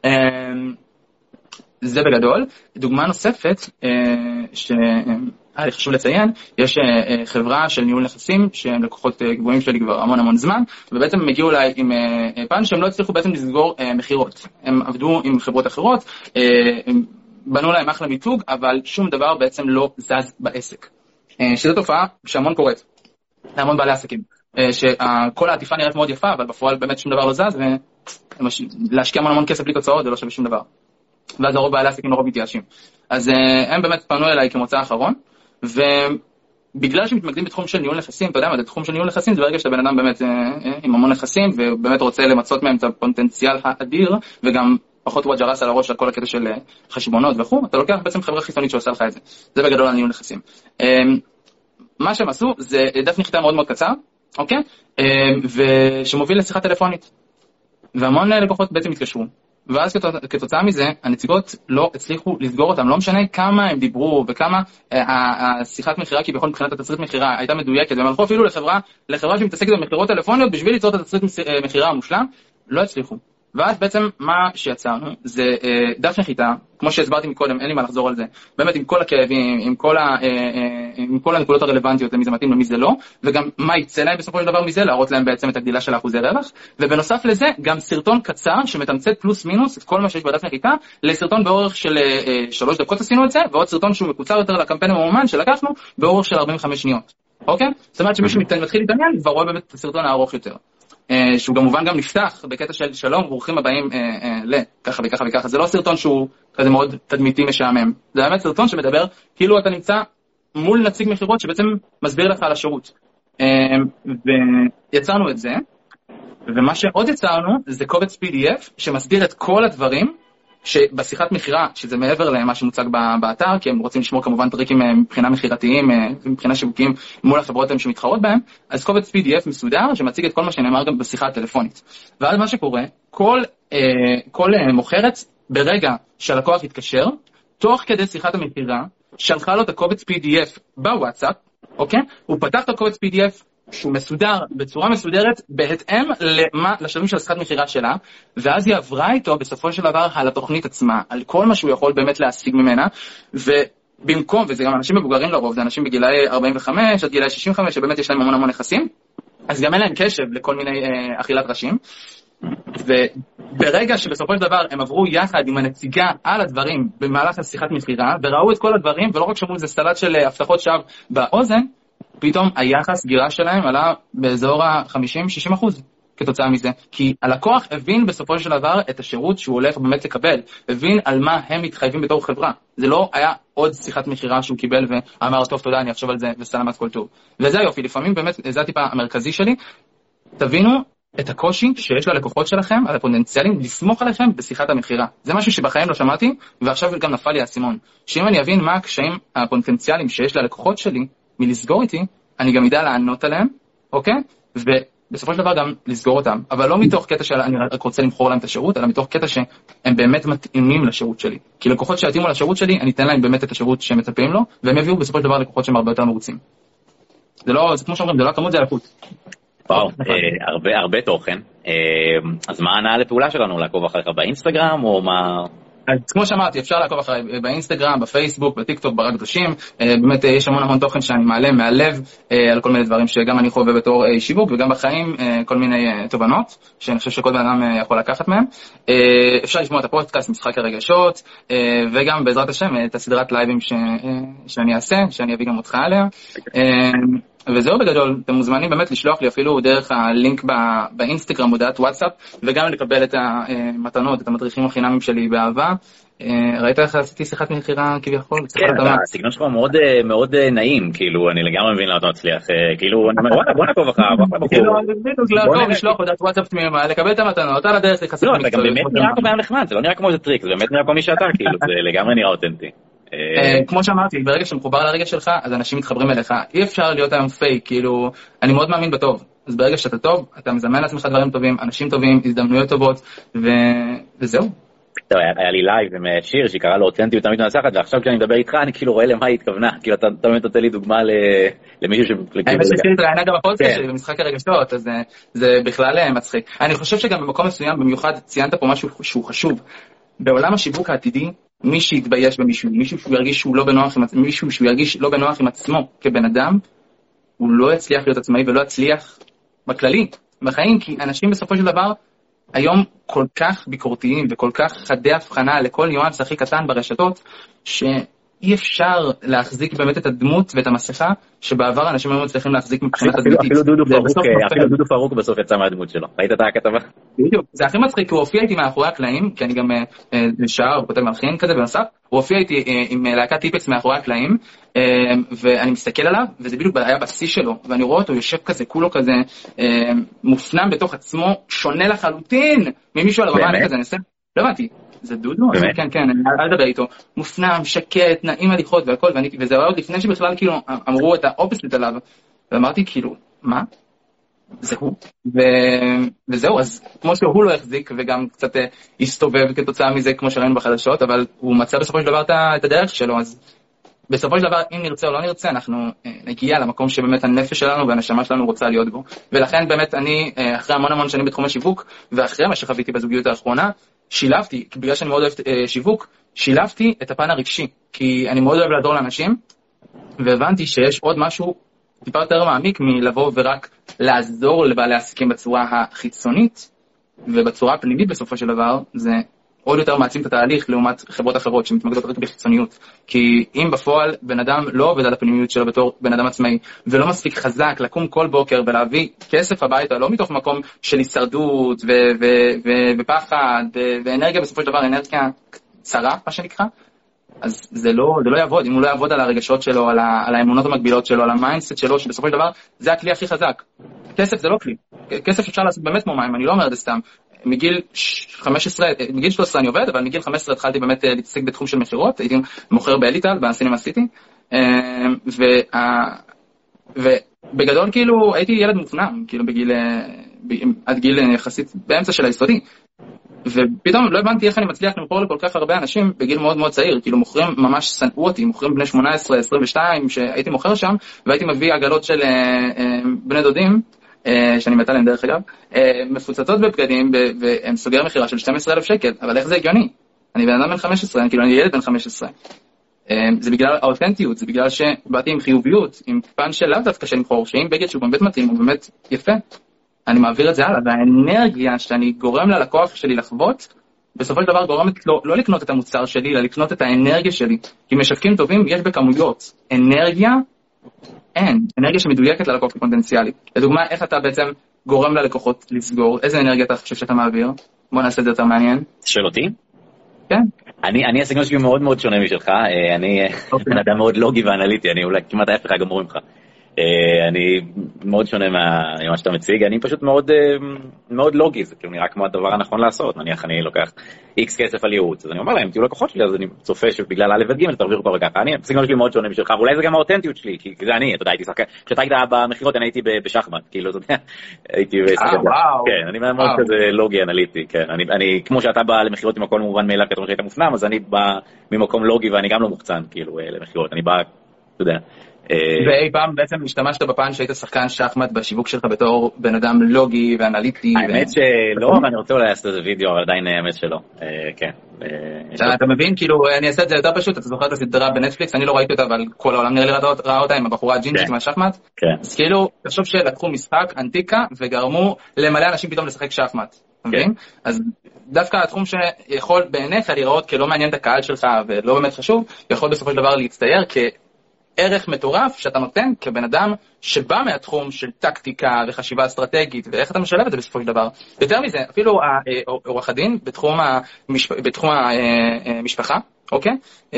זה בגדול. דוגמה נוספת, ש... היה לי חשוב לציין, יש חברה של ניהול נכסים, שהם לקוחות גבוהים שלי כבר המון המון זמן, ובעצם הם הגיעו אליי עם פן שהם לא הצליחו בעצם לסגור מחירות. הם עבדו עם חברות אחרות, הם בנו להם אחלה מיתוג, אבל שום דבר בעצם לא זז בעסק. שזו תופעה שהמון קורית, להמון בעלי עסקים. שכל העטיפה נראית מאוד יפה, אבל בפועל באמת שום דבר לא זז, ולהשקיע המון המון כסף בלי תוצאות, זה לא שווה שום דבר. ואז הרוב בעלי עסקים לרוב מתייאשים. אז הם באמת פנו אליי כמוצא האחרון, ובגלל שמתמקדים בתחום של ניהול נכסים, אתה יודע מה, זה תחום של ניהול נכסים, זה ברגע שאתה בן אדם באמת עם המון נכסים, ובאמת רוצה למצות מהם את הפוטנציאל האדיר, וגם פחות וג'רס על הראש על כל הקטע של חשבונות וכו', אתה לוקח בעצם חברה חיצונית שעושה לך את זה. זה בגדול על ניהול נכסים. מה שהם עשו, זה דף נכתב מאוד מאוד קצר, אוקיי? ושמוביל לשיחה טלפונית. והמון לקוחות בעצם התקשרו. ואז כתוצאה מזה, הנציגות לא הצליחו לסגור אותם, לא משנה כמה הם דיברו וכמה השיחת מחירה, כי בכל מבחינת התצרית מחירה הייתה מדויקת, והם הלכו אפילו לחברה, לחברה שמתעסקת במחירות טלפוניות בשביל ליצור את התצרית מחירה המושלם, לא הצליחו. ואז בעצם מה שיצרנו זה אה, דף נחיתה, כמו שהסברתי מקודם, אין לי מה לחזור על זה, באמת עם כל הכאבים, עם כל, ה, אה, אה, עם כל הנקודות הרלוונטיות, למי זה מתאים, למי זה לא, וגם מה יצא להם בסופו של דבר מזה, להראות להם בעצם את הגדילה של האחוזי רווח, ובנוסף לזה גם סרטון קצר שמתמצת פלוס מינוס את כל מה שיש בדף נחיתה, לסרטון באורך של אה, שלוש דקות עשינו את זה, ועוד סרטון שהוא מקוצר יותר לקמפיין המאומן שלקחנו, באורך של ארבעים וחמש שניות. אוקיי? זאת אומרת שמישהו מתחיל להתעניין, כבר רואה באמת את הסרטון הארוך יותר. שהוא כמובן גם נפתח בקטע של שלום, ברוכים הבאים לככה וככה וככה. זה לא סרטון שהוא כזה מאוד תדמיתי משעמם. זה באמת סרטון שמדבר כאילו אתה נמצא מול נציג מחירות שבעצם מסביר לך על השירות. ויצרנו את זה, ומה שעוד יצרנו זה קובץ פי די אף שמסביר את כל הדברים שבשיחת מחירה, שזה מעבר למה שמוצג באתר, כי הם רוצים לשמור כמובן טריקים מבחינה מחירתיים, מבחינה שיווקיים מול החברות הם שמתחרות בהם, אז קובץ פי די אף מסודר שמציג את כל מה שנאמר גם בשיחה הטלפונית. ואז מה שקורה, כל, כל מוכרת ברגע שהלקוח יתקשר, תוך כדי שיחת המחירה, שלחה לו את הקובץ פי די אף בוואטסאפ, אוקיי? הוא פתח את הקובץ פי די אף שהוא מסודר בצורה מסודרת בהתאם למה, לשלבים של השיחת מחירה שלה, ואז היא עברה איתו בסופו של דבר על התוכנית עצמה, על כל מה שהוא יכול באמת להשיג ממנה, ובמקום, וזה גם אנשים מבוגרים לרוב, זה אנשים בגילאי ארבעים וחמש עד גילאי שישים וחמש, שבאמת יש להם המון המון נכסים, אז גם אין להם קשב לכל מיני אה, אכילת ראשים, וברגע שבסופו של דבר הם עברו יחד עם הנציגה על הדברים במהלך השיחת מחירה, וראו את כל הדברים, ולא רק שמעו איזה סלט של הבטחות שווא באוזן, פתאום היחס גירה שלהם עלה באזור ה-חמישים שישים אחוז כתוצאה מזה, כי הלקוח הבין בסופו של דבר את השירות שהוא הולך באמת לקבל, הבין על מה הם מתחייבים בתור חברה. זה לא היה עוד שיחת מחירה שהוא קיבל ואמר טוב תודה אני אחשוב על זה וסלמת כל טוב. וזה היופי, לפעמים באמת זה הטיפה המרכזי שלי, תבינו את הקושי שיש ללקוחות שלכם, על הפוטנציאלים, לסמוך עליכם בשיחת המחירה. זה משהו שבחיים לא שמעתי, ועכשיו גם נפל לי האסימון. שאם אני אבין מה הקשיים הפוטנציאליים שיש ללקוחות שלי, מלסגור איתי, אני גם ידע לענות עליהם, אוקיי? ובסופו של דבר גם לסגור אותם. אבל לא מתוך קטע שאני רק רוצה למכור להם את השירות, אלא מתוך קטע שהם באמת מתאימים לשירות שלי. כי לקוחות שיתאימו לשירות שלי, אני אתן להם באמת את השירות שהם מצפים לו, והם יביאו בסופו של דבר לקוחות שהם הרבה יותר מרוצים. זה לא, זה כמו שאומרים, זה לא כמות, זה לקות. וואו, הרבה הרבה תוכן. אז מה הענה לפעולה שלנו? לעקוב אחריך באינסטגרם או מה? אז כמו שאמרתי, אפשר לעקוב אחרי באינסטגרם, בפייסבוק, בטיקטוק, ברק קדושים. באמת יש המון המון תוכן שאני מעלה מהלב על כל מיני דברים שגם אני חווה בתור שיווק, וגם בחיים כל מיני תובנות שאני חושב שכל בן אדם יכול לקחת מהם. אפשר לשמוע את הפודקאסט משחק הרגשות, וגם בעזרת השם את הסדרת לייבים שאני אעשה, שאני אביא גם אותך עליה. וזהו בגדול, אתם מוזמנים באמת לשלוח לי אפילו דרך הלינק באינסטגרם, הודעת וואטסאפ, וגם לקבל את המתנות, את המדריכים החינמים שלי באהבה. ראית איך עשיתי שיחת מחירה כביכול? כן, הסגנון שלך מאוד נעים, כאילו, אני לגמרי מבין למה אתה מצליח, כאילו, בוא נעקוב אחר, בוא נעקוב, לשלוח הודעת וואטסאפ תמימה, לקבל את המתנות, על הדרך לחשף מקצועי. לא, אתה גם באמת נראה כמו בהם נחמד, זה לא נראה כמו איזה טריק, זה באמת נראה כמו מי שאתה, כאילו, זה לגמרי נראה אותנטי. כמו שאמרתי, ברגע שמחובר לרגע שלך, אז אנשים מתחברים אליך. אי אפשר להיות היום פייק, כאילו, אני מאוד מאמין בטוב. אז ברגע שאתה טוב, אתה מזמן לעצמך דברים טובים, אנשים טובים, הזדמנויות טובות, וזהו. טוב, היה לי לייב עם שיר שקרא לו אותנטיות תמיד מנצחת, ועכשיו כשאני מדבר איתך, אני כאילו רואה למה היא התכוונה. כאילו, אתה תמיד נותן לי דוגמה למישהו ש... האמת שצריך להתראיינה גם בפודקאסט שלי, במשחק הרגשות, אז זה בכלל מצחיק. אני חושב שגם במקום מסוים, במיוחד ציינת פה משהו שהוא חשוב. בעולם השיווק העתידי, מי שיתבייש במישהו, מישהו שהוא ירגיש שהוא לא בנוח עם, מישהו שהוא ירגיש לא בנוח עם עצמו כבן אדם, הוא לא יצליח להיות עצמאי ולא יצליח בכללי, בחיים, כי אנשים בסופו של דבר היום כל כך ביקורתיים וכל כך חדי הבחנה לכל ניואנס הכי קטן ברשתות, שאי אפשר להחזיק באמת את הדמות ואת המסכה שבעבר אנשים היום מצליחים להחזיק מבחינת הדמותית. אפילו דודו פרוק בסוף יצא מהדמות שלו. ראית את הכתבה? בדיוק. זה הכי מצחיק, הוא הופיע איתי מאחורי הקלעים, כי אני גם שר, הוא כותב מלחין כזה בנוסף, הוא הופיע איתי עם להקת טיפקס מאחורי הקלעים, ואני מסתכל עליו, וזה בדיוק היה בשיא שלו, ואני רואה אותו יושב כזה, כולו כזה מופנם בתוך עצמו, שונה לחלוטין ממישהו על הבמה, אני כזה נסה, לא הבנתי. זה דודו? כן, כן, אני אדבר איתו. מופנם, שקט, נעים הליכות והכל, וזה היה עוד לפני שבכלל כאילו אמרו את האופסט עליו, ואמרתי כאילו, מה? זה הוא. וזהו, אז כמו שהוא לא החזיק, וגם קצת הסתובב כתוצאה מזה, כמו שראינו בחדשות, אבל הוא מצא בסופו של דבר את הדרך שלו, אז בסופו של דבר, אם נרצה או לא נרצה, אנחנו נגיע למקום שבאמת הנפש שלנו והנשמה שלנו רוצה להיות בו. ולכן באמת אני, אחרי המון המון שנים בתחום השיווק, ואחרי מה שחוויתי בזוגיות האחרונה, שילבתי, בגלל שאני מאוד אוהב שיווק, שילבתי את הפן הרגשי, כי אני מאוד אוהב לעזור לאנשים, והבנתי שיש עוד משהו טיפה יותר מעמיק מלבוא ורק לעזור לבעלי עסקים בצורה החיצונית, ובצורה הפנימית בסופו של דבר, זה עוד יותר מעצים את התהליך לעומת חברות אחרות שמתמקדות רק בחיצוניות. כי אם בפועל בן אדם לא עובד על הפנימיות שלו בתור בן אדם עצמאי, ולא מספיק חזק לקום כל בוקר ולהביא כסף הביתה, לא מתוך מקום של הישרדות ו- ו- ו- ופחד ו- ואנרגיה, בסופו של דבר אנרגיה קצרה, מה שנקרא, אז זה לא, זה לא יעבוד. אם הוא לא יעבוד על הרגשות שלו, על, ה- על האמונות המקבילות שלו, על המיינדסט שלו, שבסופו של דבר זה הכלי הכי חזק. כסף זה לא כלי. כסף אפשר לעשות באמת כמו מים, אני לא אומר את זה סתם. מגיל חמש עשרה, מגיל שלוש עשרה אני עובד, אבל מגיל חמש עשרה התחלתי באמת להתעסק בתחום של מחירות, הייתי מוכר באליטל, בסינמה סיטי, ובגדול כאילו הייתי ילד מופנם, כאילו בגיל, עד גיל יחסית באמצע של היסודי, ופתאום לא הבנתי איך אני מצליח למכור לכל כך הרבה אנשים בגיל מאוד מאוד צעיר, כאילו מוכרים ממש שנאו אותי, מוכרים בני שמונה עשרה, עשרים ושתיים, שהייתי מוכר שם, והייתי מביא עגלות של בני דודים, שאני מתה להם דרך אגב, מפוצצות בבגדים, והם סוגר מחירה של שנים עשר אלף שקל, אבל איך זה הגיוני? אני בן אדם בן חמש עשרה, כאילו אני ילד בן חמש עשרה. זה בגלל האותנטיות, זה בגלל שבאתי עם חיוביות, עם פן של לאו דווקא של מכור, שאם בגד שהוא באמת מתאים, הוא באמת יפה, אני מעביר את זה הלאה, והאנרגיה שאני גורם ללקוח שלי לחוות, בסופו של דבר גורמת לו, לא לקנות את המוצר שלי, אלא לקנות את האנרגיה שלי, כי משווקים טובים יש בכמויות, אנרגיה, אין, אנרגיה שמדויקת ללקוח פוטנציאלי. לדוגמה, איך אתה בעצם גורם ללקוחות לסגור, איזה אנרגיה אתה חושב שאתה מעביר? בוא נעשה את זה יותר מעניין. שואל אותי? כן. אני, אני הסגנון שלי מאוד מאוד שונה משלך, אני בן אדם מאוד לוגי ואנליטי, אני אולי כמעט ההפך הגמור ממך. אני מאוד שונה ממה שאתה מציג, אני פשוט מאוד מאוד לוגי, זה כאילו נראה כמו הדבר הנכון לעשות. נניח אני לוקח איקס כסף על ייעוץ, אז אני אומר להם, תהיו לקוחות שלי, אז אני צופה שבגלל א' וג' תרוויחו כבר ככה. אני, הסגנון שלי מאוד שונה משלך, ואולי זה גם האותנטיות שלי, כי זה אני, אתה יודע, הייתי שחקן, כשאתה היית במכירות, אני הייתי בשחמט, כאילו, אתה יודע, הייתי בשחקן. כן, אני מאוד כזה לוגי אנליטי, כן, אני, כמו שאתה בא למכירות עם הכל מובן מאליו, כתוב שהיית מופנם, אז אני בא ממקום לוגי ואני גם לא מוחצן, כאילו, למכירות. אני בא, אתה יודע, ואי פעם בעצם השתמשת בפן שהיית שחקן שחמט בשיווק שלך בתור בן אדם לוגי ואנליטי? האמת שלא, אני רוצה אולי לעשות איזה וידאו, אבל עדיין האמת שלא, כן. אתה מבין, כאילו, אני אעשה את זה יותר פשוט, אתה זוכר את הסדרה בנטפליקס, אני לא ראיתי אותה, אבל כל העולם נראה לי ראה אותה עם הבחורה הג'ינג'ית מהשחמט, אז כאילו, תחשוב שלקחו משחק אנטיקה וגרמו למלא אנשים פתאום לשחק שחמט, אתה מבין? אז דווקא התחום שיכול בעיניך לראות כלא מעניין את הקהל שלך ולא באמת חשוב, יכול בסופו של דבר להצטייר ערך מטורף שאתה נותן כבן אדם שבא מהתחום של טקטיקה וחשיבה אסטרטגית, ואיך אתה משלב את זה בסופו של דבר. יותר מזה, אפילו עורך הדין בתחום המשפ... בתחום המשפחה, אוקיי?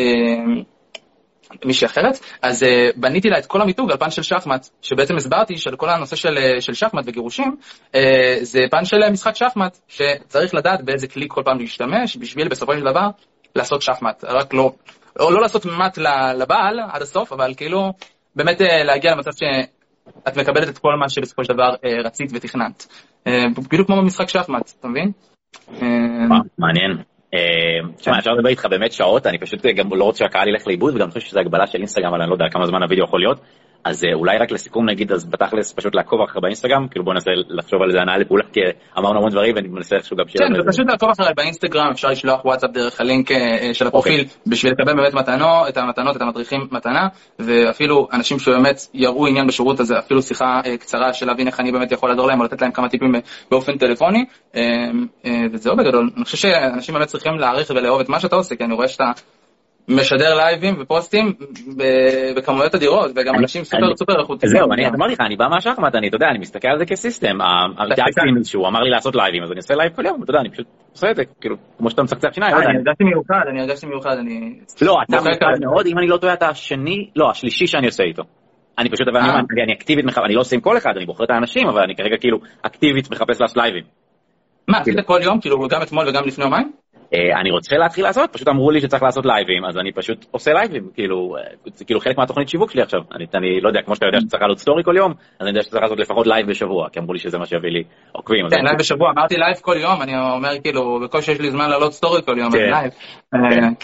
מישהי אחרת, אז בניתי לה את כל המיתוג על פן של שחמט, שבעצם הסברתי שכל הנושא של, של שחמט וגירושים, זה פן של משחק שחמט, שצריך לדעת באיזה כלי כל פעם להשתמש, בשביל בסופו של דבר לעשות שחמט, רק לא... או לא לעשות מט לבעל עד הסוף, אבל כאילו באמת להגיע למצב שאת מקבלת את כל מה שבסופו של דבר רצית ותכננת. בדיוק כמו במשחק שחמט, אתה מבין? מעניין. תשמע, אפשר לדבר איתך באמת שעות, אני פשוט גם לא רוצה שהקהל ילך לאיבוד, וגם חושב שזה הגבלה של אינסטגרם, אבל אני לא יודע כמה זמן הוידאו יכול להיות. אז אולי רק לסיכום נגיד, אז בתכלס פשוט לעקוב אחרי באינסטגרם, כאילו בוא ננסה לחשוב על זה הנאה לפעולה, כי אמרנו המון דברים ואני מנסה איכשהו גם שירה. כן, ופשוט לעקוב אחרי באינסטגרם, אפשר לשלוח וואטסאפ דרך הלינק של הפרופיל, בשביל לקבל באמת מתנות, את המתנות, את המדריכים מתנה, ואפילו אנשים שבאמת יראו עניין בשירות הזה, אפילו שיחה קצרה של להבין איך אני באמת יכול לעזור להם, או לתת להם כמה טיפים באופן טלפוני, וזהו בגדול. אני חושב שאנשים באמת צריכים להעריך ולאהוב את מה שאתה עושה, כי אני רואה שאתה משדר לייבים ופוסטים בכמויות אדירות, וגם אנשים סופר סופר איכותיים. זהו, אני אמר לך, אני בא מהשחמט, אני, אתה יודע, אני מסתכל על זה כסיסטם, הג'קסים שהוא אמר לי לעשות לייבים, אז אני עושה לייב כל יום, אתה יודע, אני פשוט עושה את זה, כאילו, כמו שאתה מצחצח שיניים. אני הרגשתי מיוחד, אני הרגשתי מיוחד, אני... לא, אתה מיוחד מאוד, אם אני לא טועה, אתה השני, לא, השלישי שאני עושה איתו. אני פשוט, אני אקטיבית, אני לא עושה עם כל אחד, אני בוחר את האנשים, אבל אני כרגע כאילו אקטיבית מחפש לעשות לייבים. מה, עשית כל יום, כאילו גם אתמול וגם לפני יומיים? אני רוצה להתחיל לעשות, פשוט אמרו לי שצריך לעשות לייבים, אז אני פשוט עושה לייבים, כאילו, כאילו חלק מהתוכנית שיווק שלי עכשיו, אני, אני לא יודע, כמו שאתה יודע שצריך לעלות סטורי כל יום, אז אני יודע שצריך לעשות לפחות לייב בשבוע, כי אמרו לי שזה מה שיביא לי עוקבים. כן, לייב בשבוע, אמרתי לייב כל יום, אני אומר כאילו, בכל שיש לי זמן לעלות סטורי כל יום, אז לייב, כן.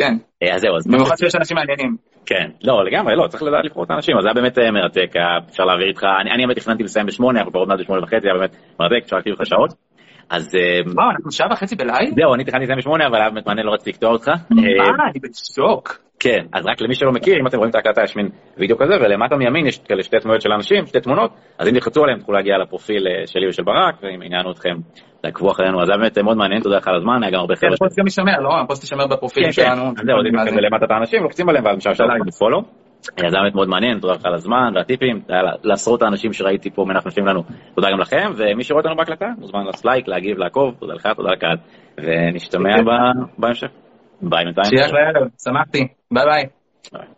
אז זהו, אז... במיוחד שיש אנשים מעניינים. כן, לא, לגמרי, לא, צריך לדעת לבחור את האנשים, אז זה היה באמת מרתק, אפשר להעביר איתך, אני באמת תכננתי לסיים בשמונה, אנחנו כבר עוד מעט בשמונה וחצי, היה באמת מרתק, אפשר להקליב לך שעות. אז... וואו, אנחנו שעה וחצי בלייב? זהו, אני תכננתי לסיים בשמונה, אבל היה באמת מעניין, לא רציתי לקטוע אותך. אה, אני בשוק. כן, אז רק למי שלא מכיר, אם אתם רואים את ההקלטה, יש מין וידאו כזה, ולמטה מימין יש כאלה שתי תמונות של אנשים, שתי תמונות, אז אם תלחצו עליהם, תוכלו להגיע לפרופיל שלי ושל ברק, ואם עניינו אתכם, תעקבו אחרינו, אז זה באמת מאוד מעניין, תודה לך על הזמן, היה גם הרבה חבר'ה. הפוסט גם יישמר, לא? הפוסט יישמר בפרופיל שלנו. זהו, אז אם למטה את האנשים, לוחצים עליהם, ואז אפשר לעשות בפולו. אז זה באמת מאוד מעניין, תודה לך על הזמן והטיפים, לעשרות האנשים שראיתי פה מנפנפים לנו, תודה גם לכם, ומי שרואה אותנו בהקלטה, מוזמן לעשות לייק, להגיב, לעקוב, תודה לך, תודה לקהל, ונשתמע בהמשך. ביי בינתיים. שיהיה לך לערב, שמחתי, ביי ביי.